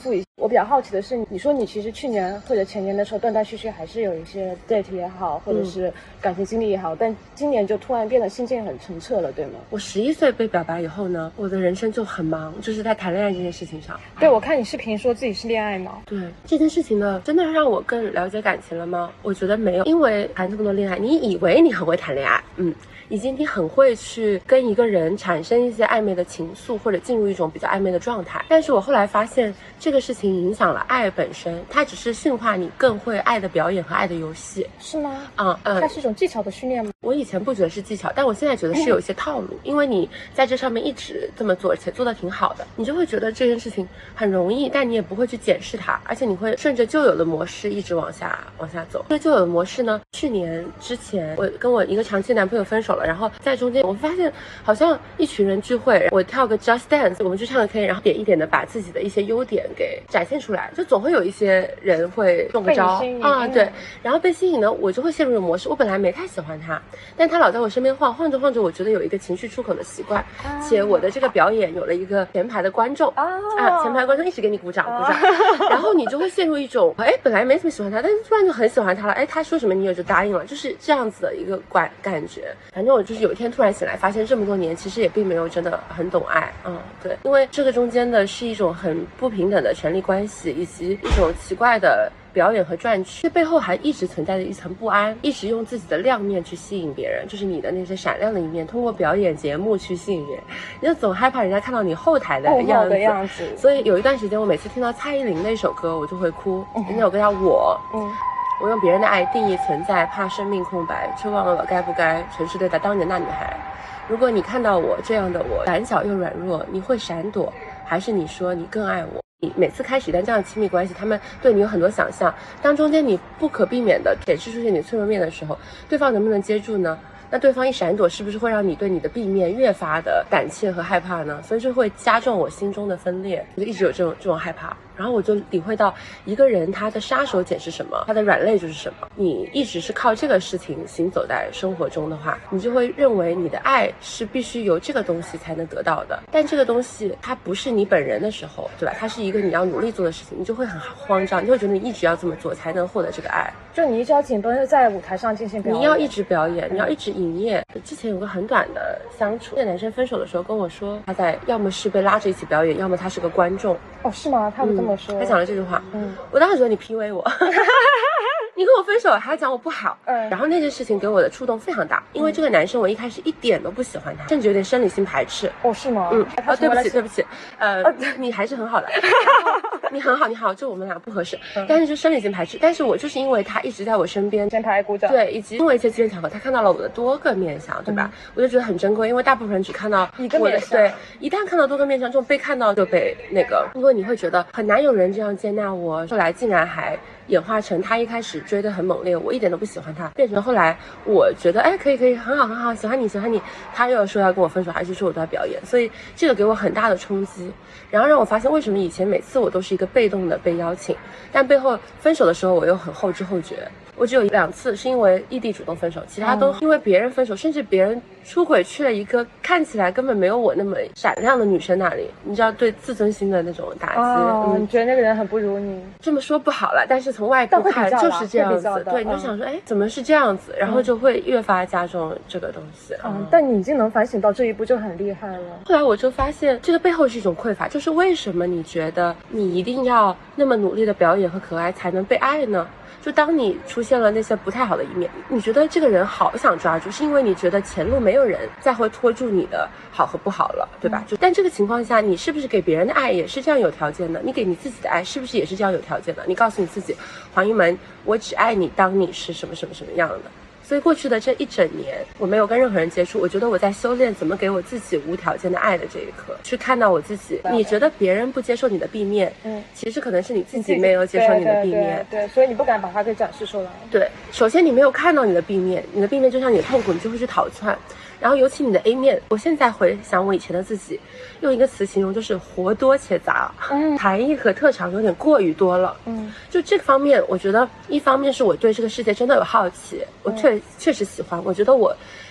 我比较好奇的是，你说你其实去年或者前年的时候断断续续还是有一些 date 也好，或者是感情经历也好，但今年就突然变得心境很澄澈了，对吗？ 我11岁被表白以后呢，我的人生就很忙，就是在谈恋爱这件事情上。 对，我看你视频说自己是恋爱脑。 对这件事情呢，真的让我更了解感情了吗？我觉得没有，因为谈这么多恋爱，你以为你很会谈恋爱，以及你很会去跟一个人产生一些暧昧的情愫，或者进入一种比较暧昧的状态。但是我后来发现，这个事情影响了爱本身，它只是驯化你更会爱的表演和爱的游戏。 是吗？ 它是一种技巧的训练吗？ 我以前不觉得是技巧，但我现在觉得是有一些套路，因为你在这上面一直这么做，而且做得挺好的，你就会觉得这件事情很容易，但你也不会去检视它，而且你会顺着旧有的模式一直往下走。这个旧有的模式呢，去年之前我跟我一个长期男朋友分手了，然后在中间我发现好像一群人聚会，我跳个 Just Dance， 我们去唱个 K， 然后点一点的把自己的一些优点给展现出来，就总会有一些人会中个招对，然后被吸引呢，我就会陷入这种模式。我本来没太喜欢他，但他老在我身边晃着，我觉得有一个情绪出口的习惯，且我的这个表演有了一个前排的观众前排观众一直给你鼓掌，然后你就会陷入一种本来没怎么喜欢他，但是突然就很喜欢他了，他说什么你也就答应了，就是这样子的一个感觉。反正我就是有一天突然醒来，发现这么多年其实也并没有真的很懂爱。对，因为这个中间的是一种很不平等的权利关系，以及一种奇怪的表演和赚取，这背后还一直存在着一层不安，一直用自己的亮面去吸引别人，就是你的那些闪亮的一面，通过表演节目去吸引人，你就总害怕人家看到你后台的样子。所以有一段时间，我每次听到蔡依林的一首歌，我就会哭。那首歌叫我用别人的爱定义存在，怕生命空白，却忘了该不该诚实对待当年那女孩。如果你看到我这样的我，胆小又软弱，你会闪躲，还是你说你更爱我？你每次开始一段这样的亲密关系，他们对你有很多想象，当中间你不可避免的显示出现你脆弱面的时候，对方能不能接住呢？那对方一闪躲，是不是会让你对你的 B 面越发的胆怯和害怕呢？所以这会加重我心中的分裂，我就一直有这种害怕。然后我就体会到一个人他的杀手锏是什么，他的软肋就是什么。你一直是靠这个事情行走在生活中的话，你就会认为你的爱是必须由这个东西才能得到的。但这个东西它不是你本人的时候，对吧？它是一个你要努力做的事情，你就会很慌张，你就会觉得你一直要这么做才能获得这个爱。 就你一直要紧绷在舞台上进行表演， 你要一直表演，你要一直营业。之前有个很短的相处，那男生分手的时候跟我说，他在要么是被拉着一起表演，要么他是个观众。 是吗？他会这么说？ 他讲了这句话，我当时觉得你 PUA 我。你跟我分手还讲我不好，然后那件事情给我的触动非常大，因为这个男生我一开始一点都不喜欢他，甚至有点生理性排斥。 是吗？ 对不起，你还是很好的，你很好，你好，就我们俩不合适，但是就生理性排斥。但是我就是因为他一直在我身边， 前排鼓掌， 对，以及因为一些机缘巧合，他看到了我的多个面相，对吧？我就觉得很珍贵，因为大部分人只看到一个面相， 对，一旦看到多个面相，这种被看到就被那个，因为你会觉得很难有人这样接纳我，后来竟然还演化成他一开始追得很猛烈，我一点都不喜欢他，变成后来我觉得可以很好，喜欢你，他又说要跟我分手，还是说我都在表演，所以这个给我很大的冲击，然后让我发现为什么以前每次我都是一个被动的被邀请，但背后分手的时候我又很后知后觉。我只有2次是因为异地主动分手，其他都因为别人分手，甚至别人出轨去了一个看起来根本没有我那么闪亮的女生那里，你知道，对自尊心的那种打击。 你觉得那个人很不如你？ 这么说不好了，但是从外部看就是这样子。对，你就想说，怎么是这样子？然后就会越发加重这个东西。 但你已经能反省到这一步就很厉害了。 后来我就发现，这个背后是一种匮乏，就是为什么你觉得你一定要那么努力的表演和可爱才能被爱呢？就当你出现了那些不太好的一面，你觉得这个人好想抓住，是因为你觉得前路没有人再会拖住你的好和不好了，对吧？但这个情况下，你是不是给别人的爱也是这样有条件的？你给你自己的爱是不是也是这样有条件的？你告诉你自己，黄一门，我只爱你当你是什么什么什么样的。所以过去的这一整年，我没有跟任何人接触，我觉得我在修炼怎么给我自己无条件的爱的这一刻，去看到我自己。你觉得别人不接受你的 B 面，其实可能是你自己没有接受你的 B 面， 对，所以你不敢把它给展示出来。 对，首先你没有看到你的 B 面，你的 B 面就像你的痛苦，你就会去逃窜。然后尤其你的 A 面，我现在回想我以前的自己，用一个词形容就是活多且杂，才艺和特长有点过于多了。就这个方面，我觉得一方面是我对这个世界真的有好奇，我确实喜欢，我觉得我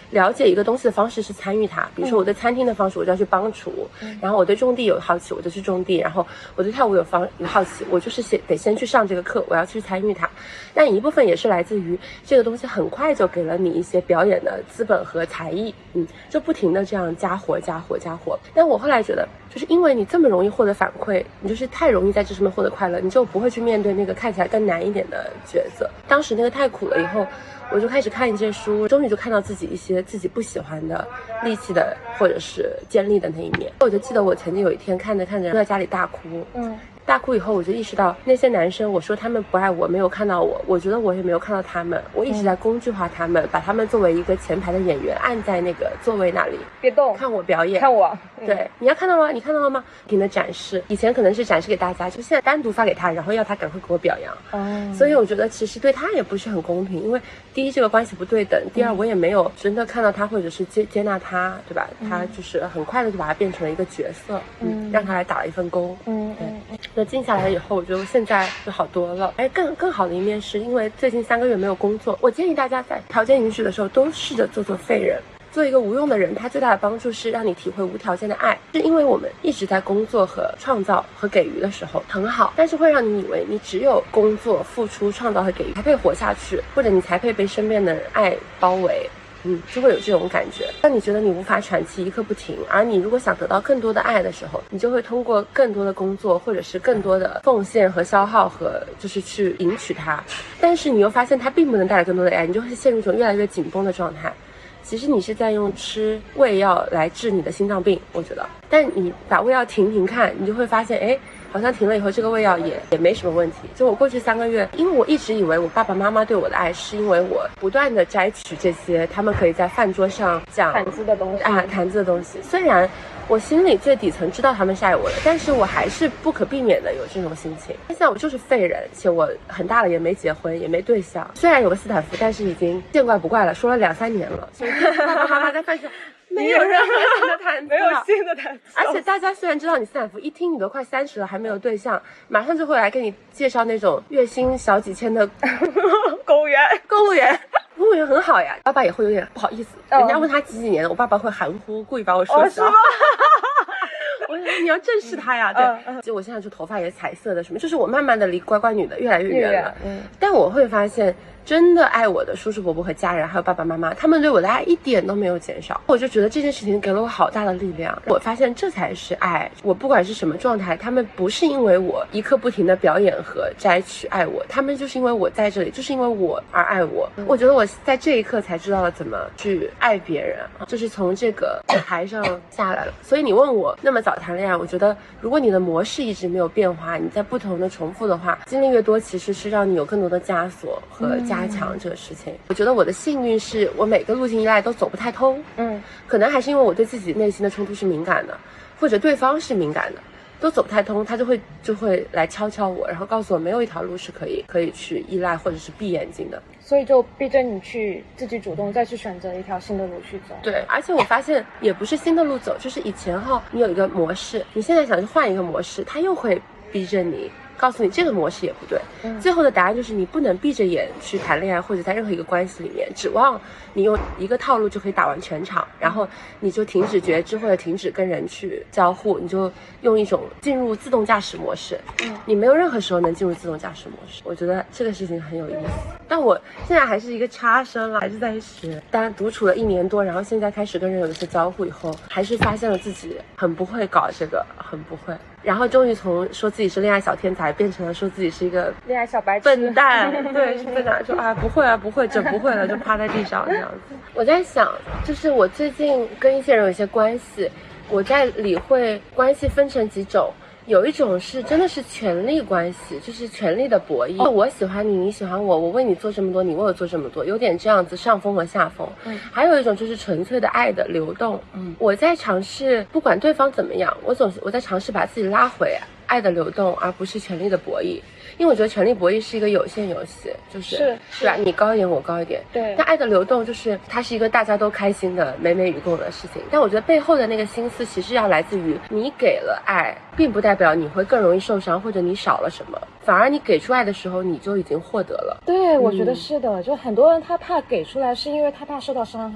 了解一个东西的方式是参与它，比如说我对餐厅的方式，我就要去帮厨，然后我对种地有好奇，我就去种地，然后我对跳舞有好奇，我就是得先去上这个课，我要去参与它。但一部分也是来自于这个东西很快就给了你一些表演的资本和才艺，就不停的这样加活。但我后来觉得，就是因为你这么容易获得反馈，你就是太容易在这上面获得快乐，你就不会去面对那个看起来更难一点的角色。当时那个太苦了以后，我就开始看一些书，终于就看到自己一些自己不喜欢的戾气的或者是尖利的那一面。我就记得我曾经有一天看着在家里大哭，大哭以后，我就意识到那些男生，我说他们不爱我，没有看到我，我觉得我也没有看到他们，我一直在工具化他们，把他们作为一个前排的演员，按在那个座位那里， 别动， 看我表演， 看我， 对，你要看到吗？你看到了吗？不停的展示，以前可能是展示给大家，就现在单独发给他，然后要他赶快给我表扬。所以我觉得其实对他也不是很公平，因为第一这个关系不对等，第二我也没有真的看到他或者是接纳他，对吧？他就是很快的就把他变成了一个角色，让他来打了一份工，对。那静下来以后，我觉得现在就好多了。更好的一面是因为最近3个月没有工作，我建议大家在条件允许的时候都试着做废人。做一个无用的人，它最大的帮助是让你体会无条件的爱，是因为我们一直在工作和创造和给予的时候很好，但是会让你以为你只有工作、付出、创造和给予才配活下去，或者你才配被身边的爱包围。就会有这种感觉，当你觉得你无法喘气一刻不停，而你如果想得到更多的爱的时候，你就会通过更多的工作或者是更多的奉献和消耗和就是去赢取它，但是你又发现它并不能带来更多的爱，你就会陷入一种越来越紧绷的状态。其实你是在用吃胃药来治你的心脏病，我觉得，但你把胃药停看，你就会发现好像停了以后这个胃药也没什么问题。就我过去3个月，因为我一直以为我爸爸妈妈对我的爱是因为我不断的摘取这些他们可以在饭桌上讲谈资的东西， 虽然我心里最底层知道他们是爱我的，但是我还是不可避免的有这种心情。现在我就是废人，且我很大了也没结婚也没对象，虽然有个斯坦福，但是已经见怪不怪了，说了2-3年了，所以爸爸妈妈在饭上没有任何新的谈资， 没有新的谈资。 而且大家虽然知道你斯坦福，一听你都快30了还没有对象，马上就会来给你介绍那种月薪小几千的公务员。 公务员很好呀，爸爸也会有点不好意思，人家问他几年，我爸爸会含糊，故意把我说小。我说你要正视他呀，对。就我现在就头发也彩色的什么，就是我慢慢的离乖乖女的越来越远了。但我会发现，真的爱我的叔叔伯伯和家人，还有爸爸妈妈，他们对我的爱一点都没有减少。我就觉得这件事情给了我好大的力量。我发现这才是爱。我不管是什么状态，他们不是因为我一刻不停的表演和摘取爱我，他们就是因为我在这里，就是因为我而爱我。我觉得我在这一刻才知道了怎么去爱别人，就是从这个台上下来了。所以你问我那么早谈恋爱，我觉得如果你的模式一直没有变化，你在不同的重复的话，经历越多，其实是让你有更多的枷锁和加强这个事情。我觉得我的幸运是我每个路径依赖都走不太通，可能还是因为我对自己内心的冲突是敏感的，或者对方是敏感的，都走不太通，他就会来敲我，然后告诉我没有一条路是可以去依赖或者是闭眼睛的， 所以就逼着你去自己主动再去选择一条新的路去走。 对，而且我发现也不是新的路走，就是以前你有一个模式，你现在想去换一个模式，他又会逼着你告诉你这个模式也不对，最后的答案就是你不能闭着眼去谈恋爱，或者在任何一个关系里面指望你用一个套路就可以打完全场，然后你就停止觉知或者停止跟人去交互，你就用一种进入自动驾驶模式，你没有任何时候能进入自动驾驶模式。我觉得这个事情很有意思，但我现在还是一个差生了，还是在学。当然独处了1年多，然后现在开始跟人有一些交互以后，还是发现了自己很不会搞这个，很不会。然后终于从说自己是恋爱小天才变成了说自己是一个恋爱小白痴笨蛋，对，是笨蛋，说不会整不会了，就趴在地上这样子。我在想，就是我最近跟一些人有一些关系，我在理会关系分成几种。有一种是真的是权力关系，就是权力的博弈，我喜欢你，你喜欢我，我为你做这么多，你为我做这么多，有点这样子上风和下风。还有一种就是纯粹的爱的流动。我在尝试，不管对方怎么样，我在尝试把自己拉回爱的流动，而不是权力的博弈。因为我觉得权力博弈是一个有限游戏，是吧？你高一点，我高一点。对。但爱的流动就是它是一个大家都开心的美美与共的事情。但我觉得背后的那个心思，其实要来自于你给了爱，并不代表你会更容易受伤，或者你少了什么。反而你给出爱的时候，你就已经获得了。 对，我觉得是的。就很多人他怕给出来，是因为他怕受到伤害。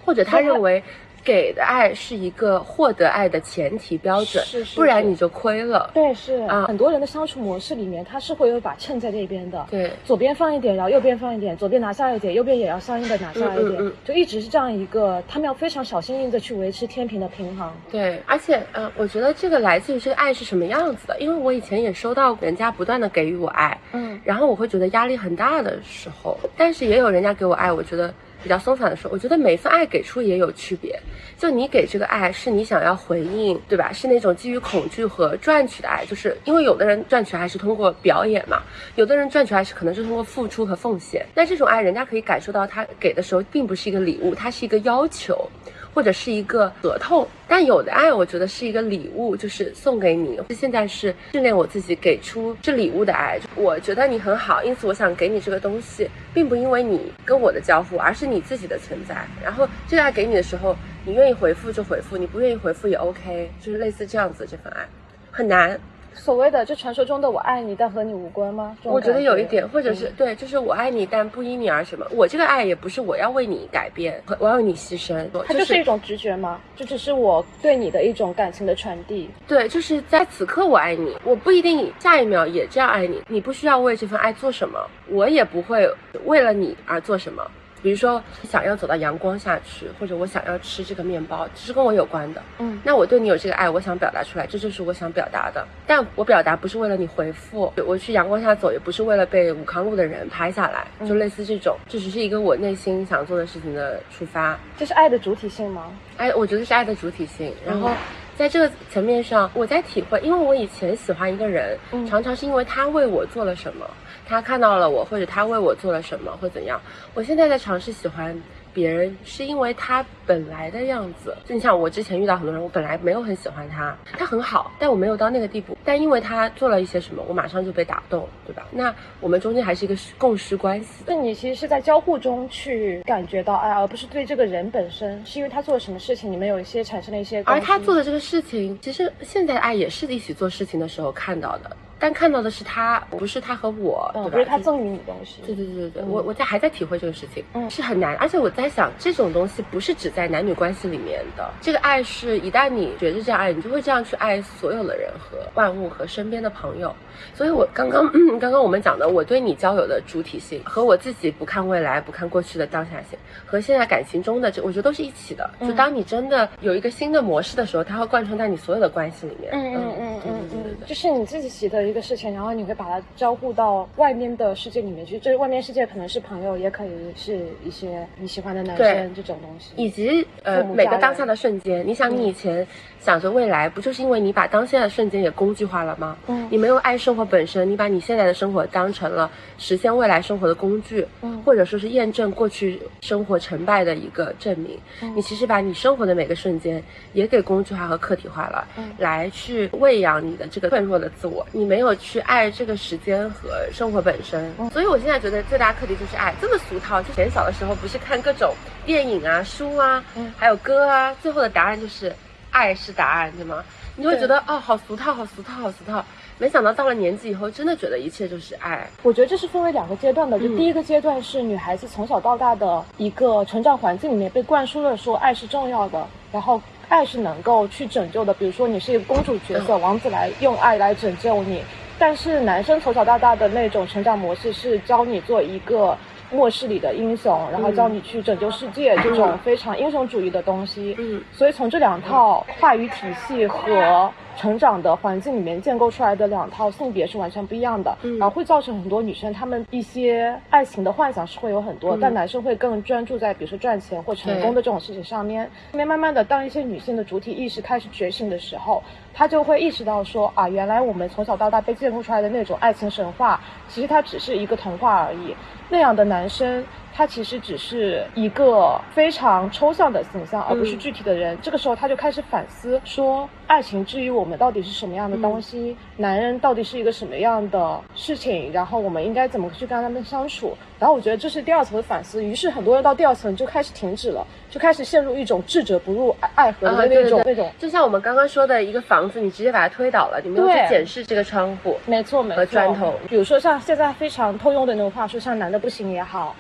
或者他认为给的爱是一个获得爱的前提标准，不然你就亏了。 对，是啊，很多人的相处模式里面，他是会有一把秤在这边的。 对， 左边放一点，然后右边放一点，左边拿下一点，右边也要相应的拿下一点，就一直是这样一个，他们要非常小心翼翼的去维持天平的平衡。 对，而且我觉得这个来自于这个爱是什么样子的，因为我以前也收到人家不断的给予我爱，然后我会觉得压力很大的时候，但是也有人家给我爱，我觉得比较松散的时候，我觉得每一份爱给出也有区别。就你给这个爱是你想要回应，对吧？是那种基于恐惧和赚取的爱，就是因为有的人赚取爱是通过表演嘛，有的人赚取爱是可能是通过付出和奉献。那这种爱人家可以感受到他给的时候并不是一个礼物，它是一个要求或者是一个合同。但有的爱我觉得是一个礼物，就是送给你。现在是训练我自己给出这礼物的爱，我觉得你很好，因此我想给你这个东西，并不因为你跟我的交互，而是你自己的存在。然后这个爱给你的时候，你愿意回复就回复，你不愿意回复也 OK， 就是类似这样子。这份爱很难， 所谓的就传说中的我爱你但和你无关吗？ 我觉得有一点，或者是对，就是我爱你但不因你而什么。我这个爱也不是我要为你改变，我要为你牺牲， 它就是一种直觉吗？这只是我对你的一种感情的传递。 对，就是在此刻我爱你，我不一定下一秒也这样爱你，你不需要为这份爱做什么，我也不会为了你而做什么。比如说想要走到阳光下去，或者我想要吃这个面包，这是跟我有关的。那我对你有这个爱，我想表达出来，这就是我想表达的。但我表达不是为了你回复，我去阳光下走也不是为了被武康路的人拍下来，就类似这种，这只是一个我内心想做的事情的出发。 这是爱的主体性吗？ 我觉得是爱的主体性。然后在这个层面上，我在体会，因为我以前喜欢一个人，常常是因为他为我做了什么，他看到了我，或者他为我做了什么，或怎样。我现在在尝试喜欢别人，是因为他本来的样子。就你像我之前遇到很多人，我本来没有很喜欢他，他很好，但我没有到那个地步。但因为他做了一些什么，我马上就被打动，对吧？那我们中间还是一个供需关系。 那你其实是在交互中去感觉到爱，而不是对这个人本身，是因为他做了什么事情，你们有一些产生了一些关系。 而他做的这个事情，其实现在爱也是一起做事情的时候看到的。但看到的是他，不是他和我，对吧？ 不是他赠予你东西。 对，我还在体会这个事情，是很难。而且我在想，这种东西不是只在男女关系里面的，这个爱是一旦你觉得这样爱，你就会这样去爱所有的人和万物和身边的朋友。所以我刚刚我们讲的，我对你交友的主体性和我自己不看未来不看过去的当下性，和现在感情中的我觉得都是一起的。就当你真的有一个新的模式的时候，它会贯穿在你所有的关系里面。 就是你自己的一个事情，然后你会把它交互到外面的世界里面去。这外面世界可能是朋友，也可以是一些你喜欢的男生这种东西， 以及每个当下的瞬间。你想，你以前想着未来，不就是因为你把当下的瞬间也工具化了吗？你没有爱生活本身，你把你现在的生活当成了实现未来生活的工具，或者说是验证过去生活成败的一个证明。你其实把你生活的每个瞬间也给工具化和客体化了，来去喂养你的这个脆弱的自我。你没有去爱这个时间和生活本身。所以我现在觉得最大课题就是爱。这么俗套，就以前小的时候不是看各种电影啊、书啊，还有歌啊，最后的答案就是爱是答案，对吗？你会觉得好俗套，好俗套，好俗套。没想到到了年纪以后，真的觉得一切就是爱。 我觉得这是分为2个阶段的，就第一个阶段是女孩子从小到大的一个成长环境里面被灌输了说爱是重要的，然后爱是能够去拯救的。比如说你是一个公主角色，王子来用爱来拯救你。但是男生从小到大的那种成长模式是教你做一个末世里的英雄，然后教你去拯救世界，这种非常英雄主义的东西。所以从这2套话语体系和成长的环境里面建构出来的2套性别是完全不一样的，然后会造成很多女生她们一些爱情的幻想是会有很多，但男生会更专注在比如说赚钱或成功的这种事情上面。慢慢的当一些女性的主体意识开始觉醒的时候，她就会意识到说原来我们从小到大被建构出来的那种爱情神话，其实它只是一个童话而已。那样的男生他其实只是一个非常抽象的形象，而不是具体的人。这个时候他就开始反思说，爱情至于我们到底是什么样的东西，男人到底是一个什么样的事情，然后我们应该怎么去跟他们相处。然后我觉得这是第2层的反思，于是很多人到第2层就开始停止了，就开始陷入一种智者不入爱河的那种。 就像我们刚刚说的一个房子，你直接把它推倒了，你没有去检视这个窗户， 没错和砖头。 比如说像现在非常通用的那种话术，像男的不行也好，或是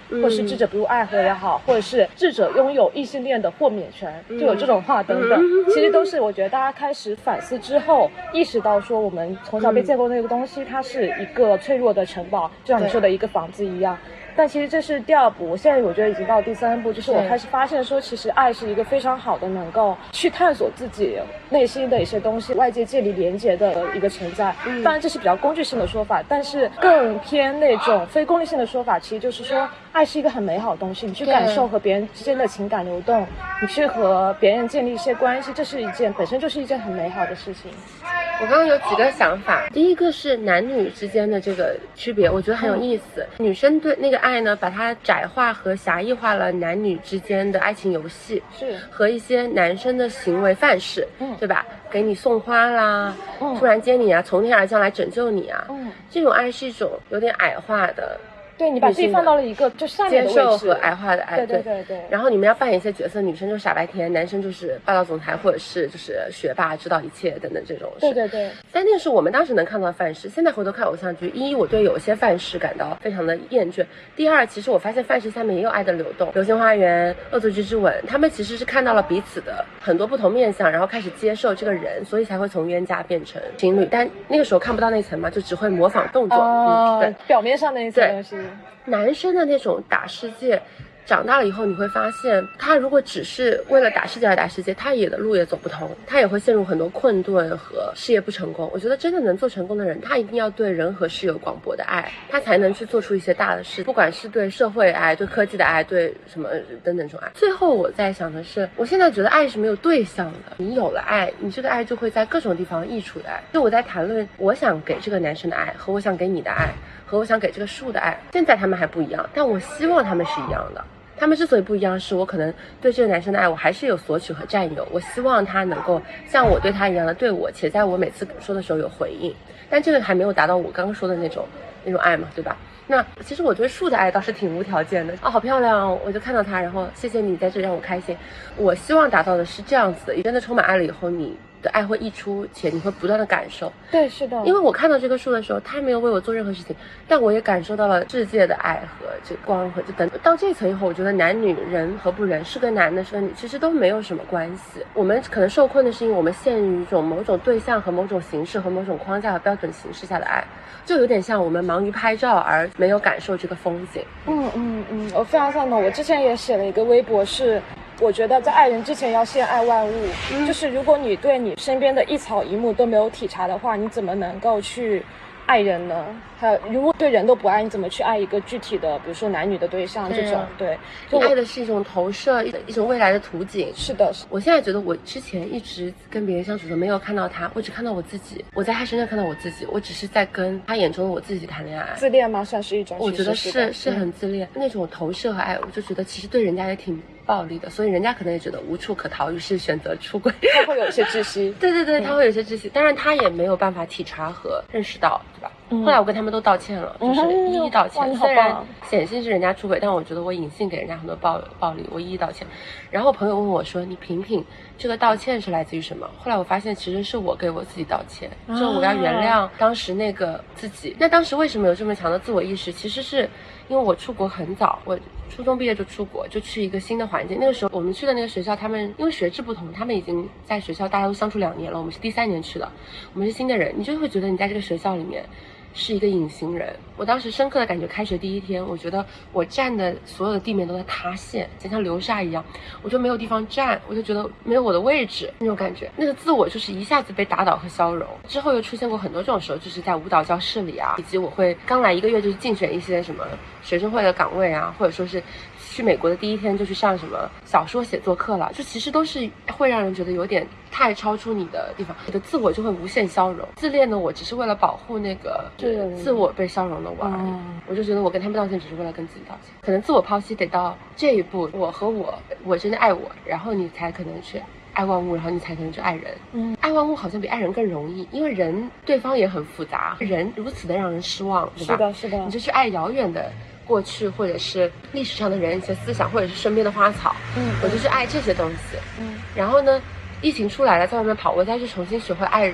是智者不入爱河也好，或者是智者拥有异性恋的豁免权，就有这种话等等，其实都是我觉得大家开始反思之后意识到说，我们从小被建构那个东西，它是一个脆弱的城堡，就像你说的一个房子一样。但其实这是第2步，我现在我觉得已经到第3步，就是我开始发现说，其实爱是一个非常好的能够去探索自己内心的一些东西，外界建立连结的一个存在。当然这是比较工具性的说法，但是更偏那种非功利性的说法，其实就是说爱是一个很美好的东西，你去感受和别人之间的情感流动，你去和别人建立一些关系，这是一件本身就是一件很美好的事情。 我刚刚有几个想法，第一个是男女之间的这个区别，我觉得很有意思。女生对那个爱呢，把它窄化和狭义化了男女之间的爱情游戏， 是和一些男生的行为范式，对吧？给你送花啦，突然接你啊，从天而降来拯救你啊，这种爱是一种有点矮化的。 对，你把自己放到了一个就下面的位置， 接受和矮化的爱， 对。 然后你们要扮演一些角色，女生就是傻白甜，男生就是霸道总裁，或者是就是学霸，知道一切等等这种。 对。 但那个是我们当时能看到的范式。现在回头看偶像剧，一我对有些范式感到非常的厌倦。第二，其实我发现范式下面也有爱的流动。流星花园、恶作剧之吻，他们其实是看到了彼此的很多不同面相，然后开始接受这个人，所以才会从冤家变成情侣。但那个时候看不到那层嘛，就只会模仿动作，对， 表面上那一层东西。 男生的那种打世界，长大了以后你会发现，他如果只是为了打世界而打世界，他也的路也走不通，他也会陷入很多困顿和事业不成功。我觉得真的能做成功的人，他一定要对人和事有广博的爱，他才能去做出一些大的事，不管是对社会爱、对科技的爱、对什么等等这种爱。最后我在想的是，我现在觉得爱是没有对象的，你有了爱，你这个爱就会在各种地方溢出来。就我在谈论我想给这个男生的爱和我想给你的爱和我想给这个树的爱，现在他们还不一样，但我希望他们是一样的。他们之所以不一样，是我可能对这个男生的爱，我还是有索取和占有。我希望他能够像我对他一样的对我，且在我每次说的时候有回应。但这个还没有达到我刚刚说的那种爱嘛，对吧？那其实我对树的爱倒是挺无条件的啊，好漂亮，我就看到它，然后谢谢你在这里让我开心。我希望达到的是这样子的，你真的充满爱了以后，你的爱会溢出，且你会不断的感受。 对，是的。 因为我看到这棵树的时候，它没有为我做任何事情，但我也感受到了世界的爱和这光和这等。到这层以后，我觉得男女人和不人，是个男的是个女，其实都没有什么关系。我们可能受困的是因为我们陷于一种某种对象和某种形式和某种框架和标准形式下的爱，就有点像我们忙于拍照而没有感受这个风景。 我非常赞同。我之前也写了一个微博，是我觉得在爱人之前要先爱万物，就是如果你对你身边的一草一木都没有体察的话，你怎么能够去爱人呢？还有如果对人都不爱，你怎么去爱一个具体的比如说男女的对象这种？对， 就爱的是一种投射，一种未来的图景。 是的。 我现在觉得我之前一直跟别人相处的时候没有看到他，我只看到我自己，我在他身上看到我自己，我只是在跟他眼中的我自己谈恋爱。 自恋吗？算是一种。 我觉得是很自恋，那种投射和爱，我就觉得其实对人家也挺暴力的，所以人家可能也觉得无处可逃，于是选择出轨。 他会有一些窒息。 对，他会有一些窒息，当然他也没有办法体察和认识到，对吧？后来我跟他们都道歉了，就是一一道歉。虽然显性是人家出轨，但我觉得我隐性给人家很多暴力，我一一道歉。然后朋友问我说：“你品品这个道歉是来自于什么？”后来我发现其实是我给我自己道歉，就我要原谅当时那个自己。那当时为什么有这么强的自我意识？其实是因为我出国很早，我初中毕业就出国，就去一个新的环境。那个时候我们去的那个学校，他们因为学制不同，他们已经在学校大家都相处2年了，我们是第3年去的，我们是新的人，你就会觉得你在这个学校里面是一个隐形人。我当时深刻的感觉，开学第1天，我觉得我站的所有的地面都在塌陷，就像流沙一样，我就没有地方站，我就觉得没有我的位置，那种感觉，那个自我就是一下子被打倒和消融。之后又出现过很多这种时候，就是在舞蹈教室里啊，以及我会刚来1个月就是竞选一些什么学生会的岗位啊，或者说是去美国的第1天就去上什么小说写作课了，就其实都是会让人觉得有点太超出你的地方，你的自我就会无限消融。自恋的我只是为了保护那个自我被消融的我而已，我就觉得我跟他们道歉只是为了跟自己道歉。可能自我剖析得到这一步，我和我真的爱我，然后你才可能去爱万物，然后你才可能去爱人。爱万物好像比爱人更容易，因为人对方也很复杂，人如此的让人失望，对吧？ 是的。 你就去爱遥远的过去，或者是历史上的人，一些思想，或者是身边的花草。我就是爱这些东西。然后呢，疫情出来了，在外面跑，我再去重新学会爱人。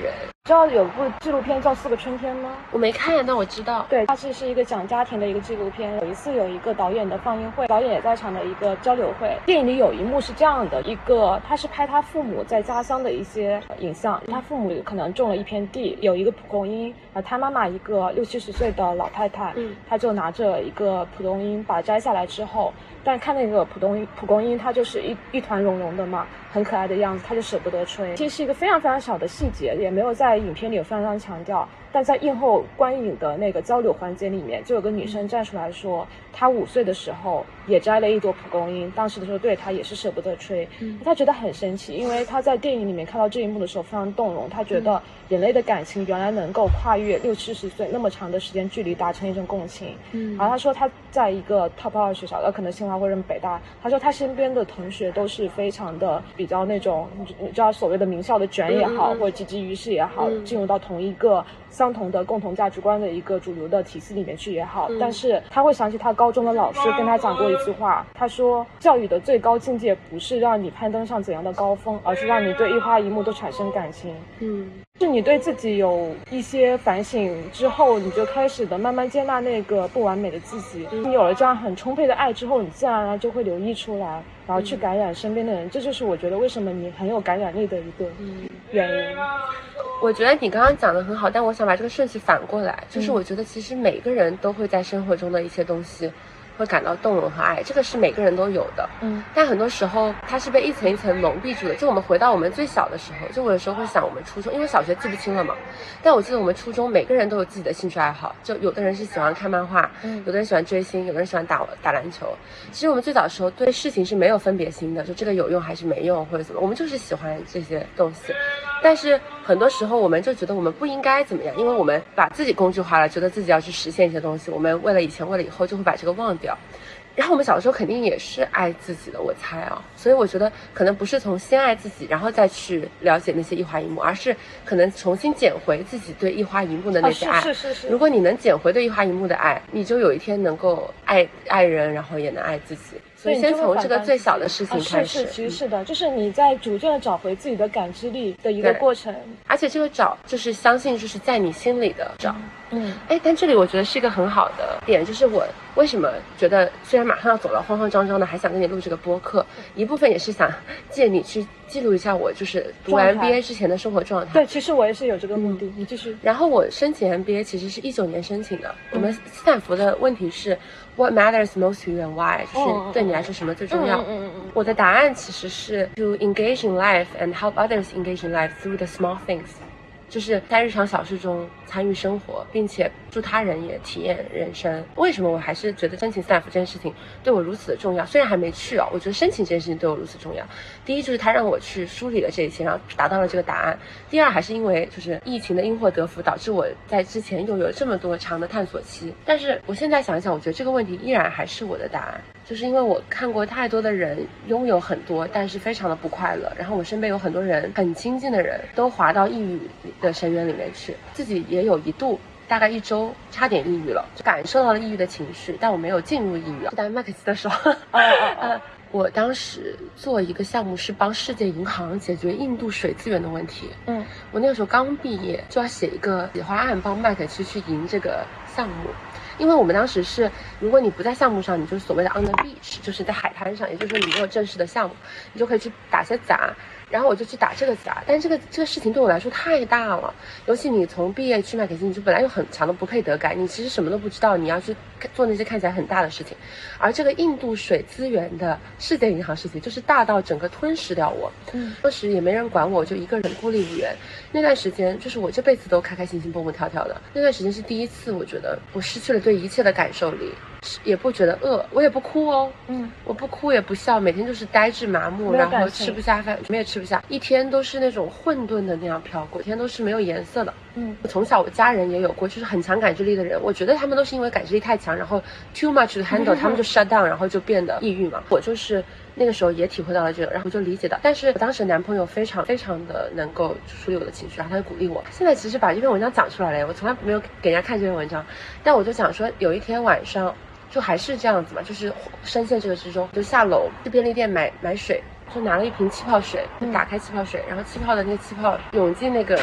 知道有部纪录片叫《4个春天》吗？ 我没看，但我知道。 对，它是一个讲家庭的一个纪录片。有一次有一个导演的放映会，导演也在场的一个交流会。电影里有一幕是这样的，他是拍他父母在家乡的一些影像。他父母可能种了一片地，有一个蒲公英，他妈妈一个60、70岁的老太太，他就拿着一个蒲公英把它摘下来之后，但看那个蒲公英它就是一团绒绒的嘛，很可爱的样子，他就舍不得吹。其实是一个非常非常小的细节，也没有在影片里有非常强调，但在映后观影的那个交流环节里面，就有个女生站出来说，她5岁的时候也摘了一朵蒲公英，当时的时候对她也是舍不得吹。她觉得很神奇，因为她在电影里面看到这一幕的时候非常动容，她觉得人类的感情原来能够跨越60、70岁那么长的时间距离达成一种共情。然后她说她在一个 top 2学校，可能清华或者北大，她说她身边的同学都是非常的比较那种你知道所谓的名校的卷也好，或者积极于世也好，进入到同一个相同的共同价值观的一个主流的体系里面去也好，但是他会想起他高中的老师跟他讲过一句话，他说教育的最高境界不是让你攀登上怎样的高峰，而是让你对一花一木都产生感情。是你对自己有一些反省之后，你就开始的慢慢接纳那个不完美的自己。你有了这样很充沛的爱之后，你自然而然就会流溢出来，然后去感染身边的人。这就是我觉得为什么你很有感染力的一个原因。 我觉得你刚刚讲的很好，但我想把这个顺序反过来，就是我觉得其实每个人都会在生活中的一些东西会感到动容和爱，这个是每个人都有的。但很多时候它是被一层一层蒙蔽住的。就我们回到我们最小的时候，就我有时候会想我们初中，因为小学记不清了嘛，但我记得我们初中每个人都有自己的兴趣爱好，就有的人是喜欢看漫画，有的人喜欢追星，有的人喜欢打篮球。其实我们最早的时候对事情是没有分别心的，就这个有用还是没用或者怎么，我们就是喜欢这些东西。但是很多时候我们就觉得我们不应该怎么样，因为我们把自己工具化了，觉得自己要去实现一些东西，我们为了以前为了以后就会把这个忘掉。然后我们小的时候肯定也是爱自己的，我猜啊，所以我觉得可能不是从先爱自己然后再去了解那些一花一木，而是可能重新捡回自己对一花一木的那些爱。 是。 如果你能捡回对一花一木的爱，你就有一天能够爱人，然后也能爱自己。所以先从这个最小的事情开始。 其实是的，就是你在逐渐的找回自己的感知力的一个过程。 而且这个找就是相信就是在你心里的找。但这里我觉得是一个很好的点，就是我为什么觉得虽然马上要走了，慌慌张张的还想跟你录这个播客，一部分也是想借你去记录一下我就是读 MBA 之前的生活状态。 对，其实我也是有这个目的。你继续。 然后我申请 MBA 其实是19年申请的。我们斯坦福的问题是 What matters most to you and why， 就是对你来说什么最重要。我的答案其实是 To engage in life and help others engage in life through the small things， 就是在日常小事中参与生活，并且助他人也体验人生。为什么我还是觉得申请斯坦福这件事情对我如此的重要？虽然还没去我觉得申请这件事情对我如此重要。第一就是他让我去梳理了这一切，然后达到了这个答案。第二还是因为就是疫情的因祸得福，导致我在之前又有这么多长的探索期。但是我现在想一想，我觉得这个问题依然还是我的答案，就是因为我看过太多的人拥有很多，但是非常的不快乐。然后我身边有很多人很亲近的人都滑到抑郁的深渊里面去，自己也有一度大概1周差点抑郁了，就感受到了抑郁的情绪，但我没有进入抑郁。在麦克斯的时候我当时做一个项目是帮世界银行解决印度水资源的问题。我那个时候刚毕业，就要写一个企划案帮麦克斯去赢这个项目。因为我们当时是，如果你不在项目上，你就是所谓的 on the beach， 就是在海滩上，也就是说你没有正式的项目，你就可以去打些杂。然后我就去打这个杂，但这个事情对我来说太大了，尤其你从毕业去麦肯锡，你就本来有很强的不配得感，你其实什么都不知道，你要去做那些看起来很大的事情，而这个印度水资源的世界银行事情就是大到整个吞噬掉我。当时也没人管我，就一个人孤立无援。那段时间就是我这辈子都开开心心蹦蹦跳跳的，那段时间是第一次我觉得我失去了对一切的感受力，也不觉得饿，我也不哭哦，我不哭也不笑，每天就是呆滞麻木，然后吃不下饭，什么也吃不下，一天都是那种混沌的那样飘过，一天都是没有颜色的。从小我家人也有过，就是很强感知力的人，我觉得他们都是因为感知力太强，然后 too much to handle， 他们就 shut down， 然后就变得抑郁嘛。我就是那个时候也体会到了这个，然后就理解到，但是我当时的男朋友非常非常的能够处理我的情绪，然后他就鼓励我。现在其实把这篇文章讲出来了，我从来没有给人家看这篇文章，但我就讲说有一天晚上就还是这样子嘛，就是深陷这个之中，就下楼去便利店买水，就拿了一瓶气泡水，就打开气泡水，然后气泡的那个气泡涌进那个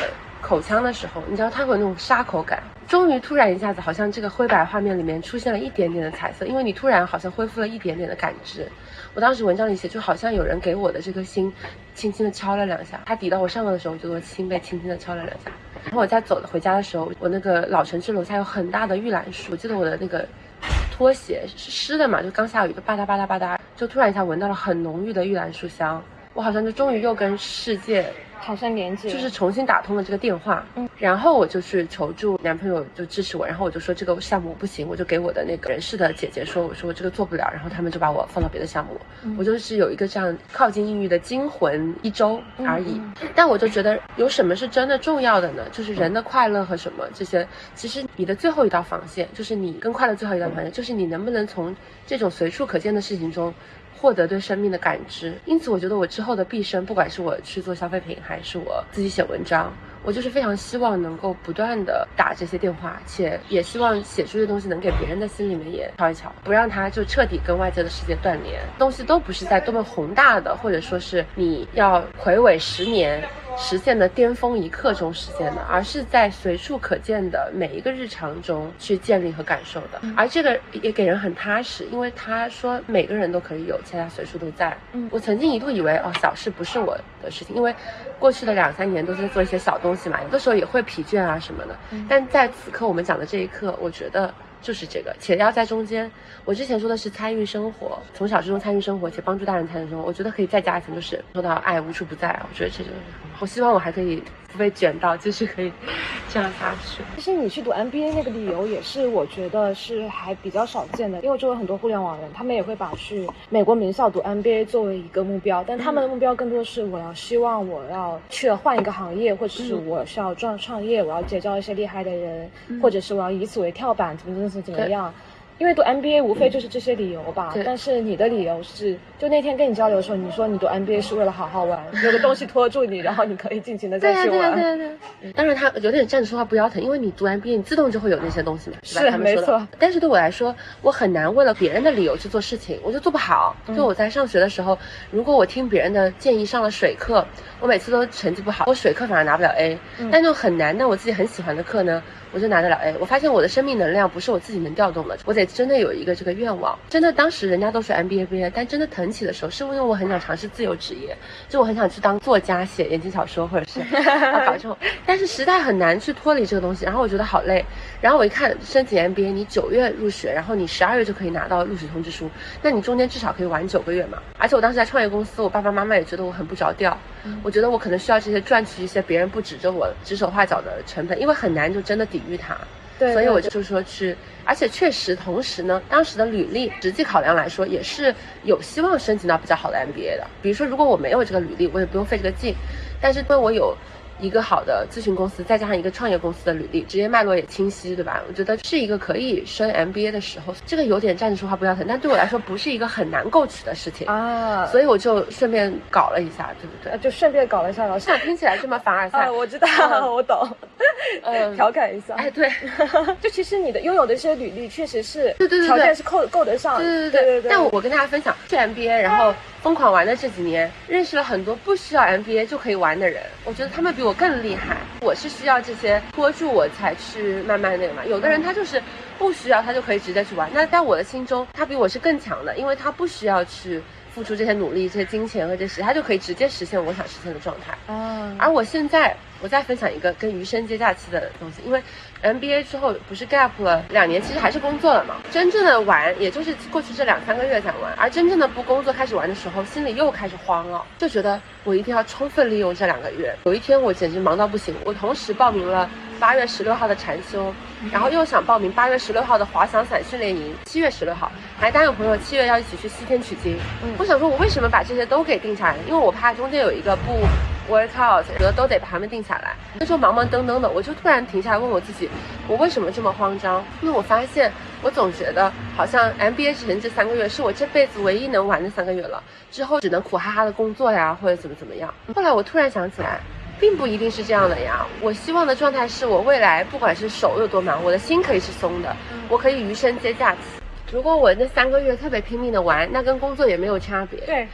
口腔的时候，你知道它会有那种沙口感，终于突然一下子好像这个灰白画面里面出现了一点点的彩色，因为你突然好像恢复了一点点的感知。我当时文章里写，就好像有人给我的这颗心轻轻的敲了2下，它抵到我上颚的时候，我就我心被轻轻的敲了2下。然后我在走回家的时候，我那个老城区楼下有很大的玉兰树，我记得我的那个拖鞋是湿的嘛，就刚下雨，就吧嗒吧嗒吧嗒，就突然一下闻到了很浓郁的玉兰树香，我好像就终于又跟世界产生连接， 就是重新打通了这个电话。然后我就去求助男朋友，就支持我，然后我就说这个项目不行，我就给我的那个人事的姐姐说，我说我这个做不了，然后他们就把我放到别的项目。我就是有一个这样靠近抑郁的惊魂1周而已。但我就觉得有什么是真的重要的呢？就是人的快乐和什么这些，其实你的最后一道防线，就是你跟快乐最后一道防线，就是你能不能从这种随处可见的事情中获得对生命的感知。因此我觉得我之后的毕生，不管是我去做消费品还是我自己写文章，我就是非常希望能够不断的打这些电话，且也希望写出的东西能给别人的心里面也敲一敲，不让它就彻底跟外界的世界断联。东西都不是在多么宏大的，或者说是你要回违10年实现的巅峰一刻中实现的，而是在随处可见的每一个日常中去建立和感受的。而这个也给人很踏实，因为他说每个人都可以有，且他随处都在。我曾经一度以为小事不是我的事情，因为过去的2-3年都是在做一些小东西嘛，有的时候也会疲倦啊什么的。但在此刻我们讲的这一刻，我觉得就是这个，且要在中间。我之前说的是参与生活，从小之中参与生活，且帮助大人参与生活。我觉得可以再加一层，就是说到爱无处不在。我觉得这就是我希望我还可以不被卷到，就是可以这样下去。 其实你去读 MBA 那个理由也是我觉得是还比较少见的，因为周围很多互联网人，他们也会把去美国名校读 MBA 作为一个目标，但他们的目标更多是希望我要去换一个行业，或者是我是要创业，我要结交一些厉害的人，或者是我要以此为跳板，怎么样。因为读 MBA 无非就是这些理由吧，但是你的理由是，就那天跟你交流的时候，你说你读 MBA 是为了好好玩，有个东西拖住你，然后你可以尽情的再去玩。 对。当然他有点站着说话不腰疼，因为你读 MBA 你自动就会有那些东西嘛，是吧？ 是没错。 但是对我来说，我很难为了别人的理由去做事情，我就做不好。就我在上学的时候，如果我听别人的建议上了水课，我每次都成绩不好，我水课反而拿不了 A。但那种很难但我自己很喜欢的课呢，我就拿得了 A。我发现我的生命能量不是我自己能调动的，我得真的有一个这个愿望。真的当时人家都是 MBA 毕业，但真的腾起的时候，是因为我很想尝试自由职业，就我很想去当作家，写言情小说，或者是搞这种。但是实在很难去脱离这个东西，然后我觉得好累。然后我一看申请 MBA， 你9月入学，然后你12月就可以拿到录取通知书，那你中间至少可以玩9个月嘛。而且我当时在创业公司，我爸爸妈妈也觉得我很不着调，我觉得我可能需要这些赚取一些别人不指着我指手画脚的成本，因为很难就真的抵御它。 对， 所以我就说去，而且确实同时呢，当时的履历实际考量来说也是有希望申请到比较好的 MBA 的。比如说如果我没有这个履历，我也不用费这个劲，但是因为我有一个好的咨询公司，再加上一个创业公司的履历，职业脉络也清晰，对吧？我觉得是一个可以升 MBA 的时候。这个有点站着说话不腰疼，但对我来说不是一个很难购取的事情啊，所以我就顺便搞了一下，对不对？ 就顺便搞了一下，老师听起来这么凡尔赛。 我知道，我懂。调侃一下。 哎，对， 就其实你的拥有的一些履历确实是， 对， 条件是够得上。对。 但我跟大家分享，去 MBA 然后疯狂玩的这几年，认识了很多不需要 MBA 就可以玩的人，我觉得他们比我更厉害。我是需要这些拖住我才去慢慢那个嘛，有的人他就是不需要，他就可以直接去玩。那在我的心中，他比我是更强的，因为他不需要去付出这些努力、这些金钱和这些，他就可以直接实现我想实现的状态。而我现在，我再分享一个跟余生接假期的东西，因为 MBA 之后不是 gap 了2年，其实还是工作了嘛。真正的玩，也就是过去这2-3个月才玩，而真正的不工作开始玩的时候，心里又开始慌了，就觉得我一定要充分利用这2个月。有一天我简直忙到不行，我同时报名了8月16号的禅修，然后又想报名8月16号的滑翔伞训练营，7月16号还答应朋友7月要一起去西天取经。我想说，我为什么把这些都给定下来？因为我怕中间有一个不 workout， 觉得都得把它们定下来。那时候忙忙登登的，我就突然停下来问我自己，我为什么这么慌张？因为我发现我总觉得好像 MBA 前这3个月是我这辈子唯一能玩的3个月了，之后只能苦哈哈的工作呀，或者怎么样。后来我突然想起来，并不一定是这样的呀。我希望的状态是我未来不管是手有多忙，我的心可以是松的，我可以余生接假期。如果我那3个月特别拼命的玩，那跟工作也没有差别。 对，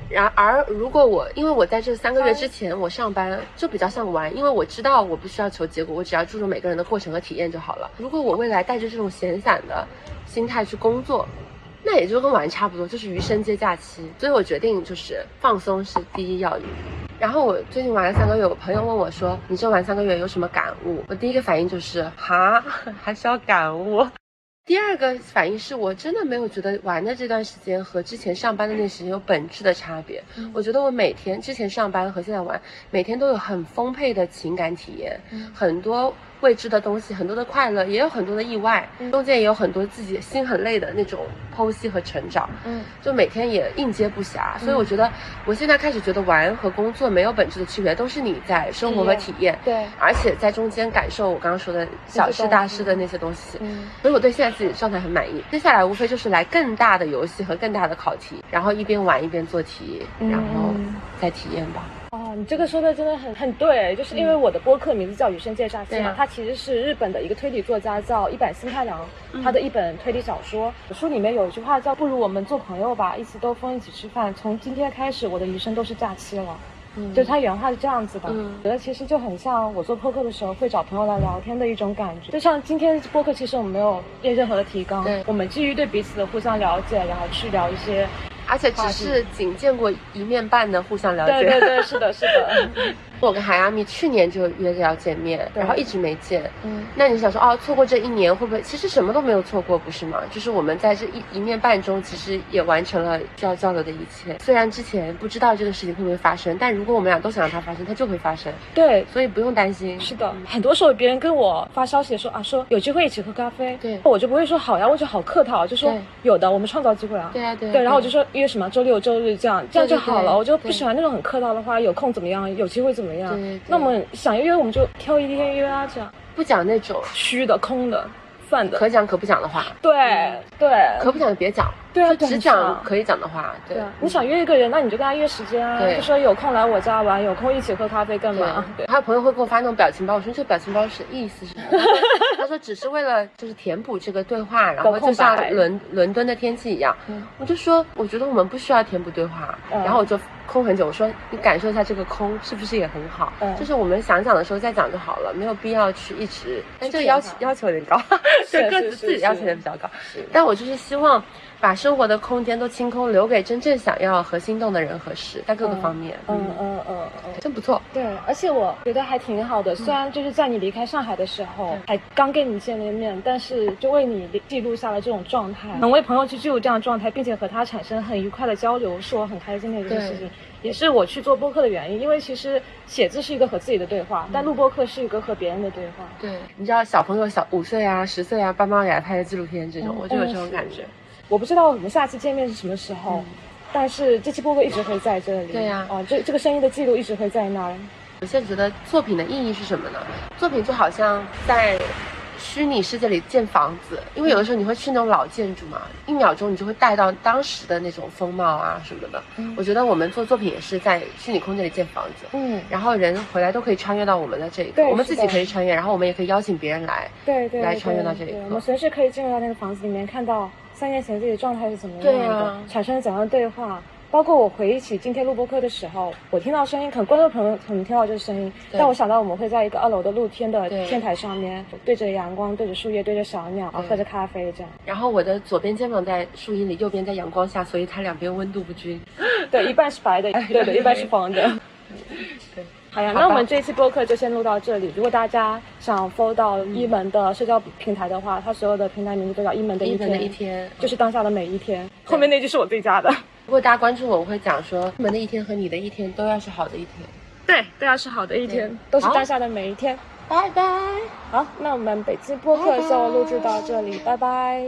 而如果因为我在这3个月之前我上班就比较像玩，因为我知道我不需要求结果，我只要注重每个人的过程和体验就好了。如果我未来带着这种闲散的心态去工作，那也就跟玩差不多，就是余生皆假期。所以我决定就是放松是第一要义。然后我最近玩了3个月，我朋友问我说你这玩3个月有什么感悟？我第一个反应就是哈，还是要感悟。第二个反应是我真的没有觉得玩的这段时间和之前上班的那时间有本质的差别。我觉得我每天之前上班和现在玩，每天都有很丰沛的情感体验，很多未知的东西，很多的快乐，也有很多的意外，中间也有很多自己心很累的那种剖析和成长。就每天也应接不暇。所以我觉得我现在开始觉得玩和工作没有本质的区别，都是你在生活和体验， 对， 而且在中间感受我刚刚说的小事大事的那些东西。所以我对现在自己的状态很满意。接下来无非就是来更大的游戏和更大的考题，然后一边玩一边做题，然后再体验吧。 哦，你这个说的真的很对，就是因为我的播客名字叫《余生皆假期》嘛，它其实是日本的一个推理作家叫一坂新太郎，他的一本推理小说。书里面有一句话叫不如我们做朋友吧，一起兜风，一起吃饭，从今天开始我的余生都是假期了。就是他原话是这样子的。觉得其实就很像我做播客的时候会找朋友来聊天的一种感觉。就像今天播客，其实我们没有列任何的提纲，我们基于对彼此的互相了解，然后去聊一些， 而且只是仅见过一面半的互相了解。 对对对，是的是的。 我跟海亚米去年就约着要见面，然后一直没见。那你想说哦，错过这1年会不会？其实什么都没有错过，不是吗？就是我们在这一面半中，其实也完成了需要交流的一切。虽然之前不知道这个事情会不会发生，但如果我们俩都想让它发生，它就会发生。 对， 所以不用担心。 是的，很多时候别人跟我发消息说啊，说有机会一起喝咖啡， 对， 我就不会说好呀，我就好客套，就说有的，我们创造机会啊。 对啊对啊。 对，然后我就说约什么周六周日这样就好了。我就不喜欢那种很客套的话，有空怎么样，有机会怎么样。那我们想约我们就挑一天约啊，这样不讲那种虚的、空的、泛的， 可讲可不讲的话。 对对， 可不讲就别讲。 对啊， 只讲可以讲的话。对啊，你想约一个人，那你就跟他约时间啊，就说有空来我家玩，有空一起喝咖啡干嘛？对。 还有朋友会给我发那种表情包，我说这表情包是意思是什么？他说只是为了就是填补这个对话，然后就像伦敦的天气一样。我就说我觉得我们不需要填补对话，然后我就空很久，我说你感受一下这个空是不是也很好？就是我们想讲的时候再讲就好了，没有必要去一直。但这个要求有点高，对各自自己要求也比较高。但我就是希望把生活的空间都清空，留给真正想要和心动的人和事，在各个方面。真不错。 对，而且我觉得还挺好的。虽然就是在你离开上海的时候，还刚跟你见了面，但是就为你记录下了这种状态，能为朋友去记录这样的状态，并且和他产生很愉快的交流，是我很开心的一件事情。也是我去做播客的原因，因为其实写字是一个和自己的对话，但录播客是一个和别人的对话。 对，你知道小朋友5岁啊、10岁啊，爸妈给他拍的纪录片这种，我就有这种感觉。 我不知道我们下次见面是什么时候，但是这期播客一直会在这里。 对呀， 这个声音的记录一直会在那儿。 我现在觉得作品的意义是什么呢？作品就好像在虚拟世界里建房子，因为有的时候你会去那种老建筑嘛，1秒钟你就会带到当时的那种风貌啊什么的。我觉得我们做作品也是在虚拟空间里建房子，然后人回来都可以穿越到我们的这一刻，我们自己可以穿越，然后我们也可以邀请别人来，来穿越到这一刻。 我们随时可以进入到那个房子里面，看到3年前自己的状态是怎么样的，产生怎样的对话。包括我回忆起今天录播课的时候，我听到声音，可能观众朋友可能听到这声音，但我想到我们会在一个2楼的露天的天台上面，对着阳光，对着树叶，对着小鸟，喝着咖啡这样。然后我的左边肩膀在树荫里，右边在阳光下，所以它两边温度不均。 对，一半是白的，对的，一半是黄的。对。好呀，那我们这一期播客就先录到这里。如果大家想 follow 到一门的社交平台的话，它所有的平台名字都叫一门的一天，就是当下的每一天。后面那句是我自己加的。 如果大家关注我，我会讲说一门的一天和你的一天都要是好的一天。 对，都要是好的一天，都是当下的每一天。 拜拜。 好，那我们本期播客就录制到这里，拜拜。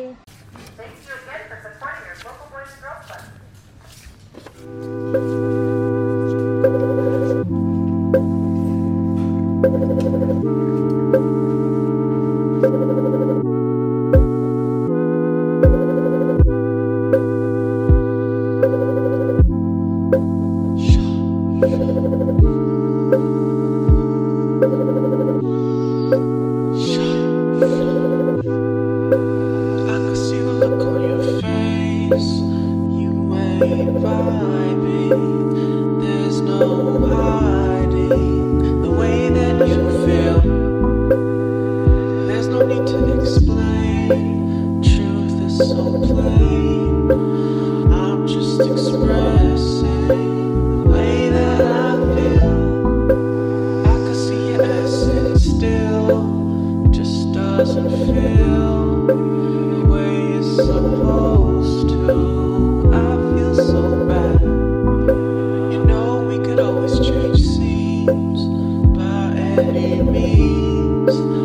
You ain't vibing. doesn't feel the way it's supposed to. I feel so bad. You know we could always change scenes by any means.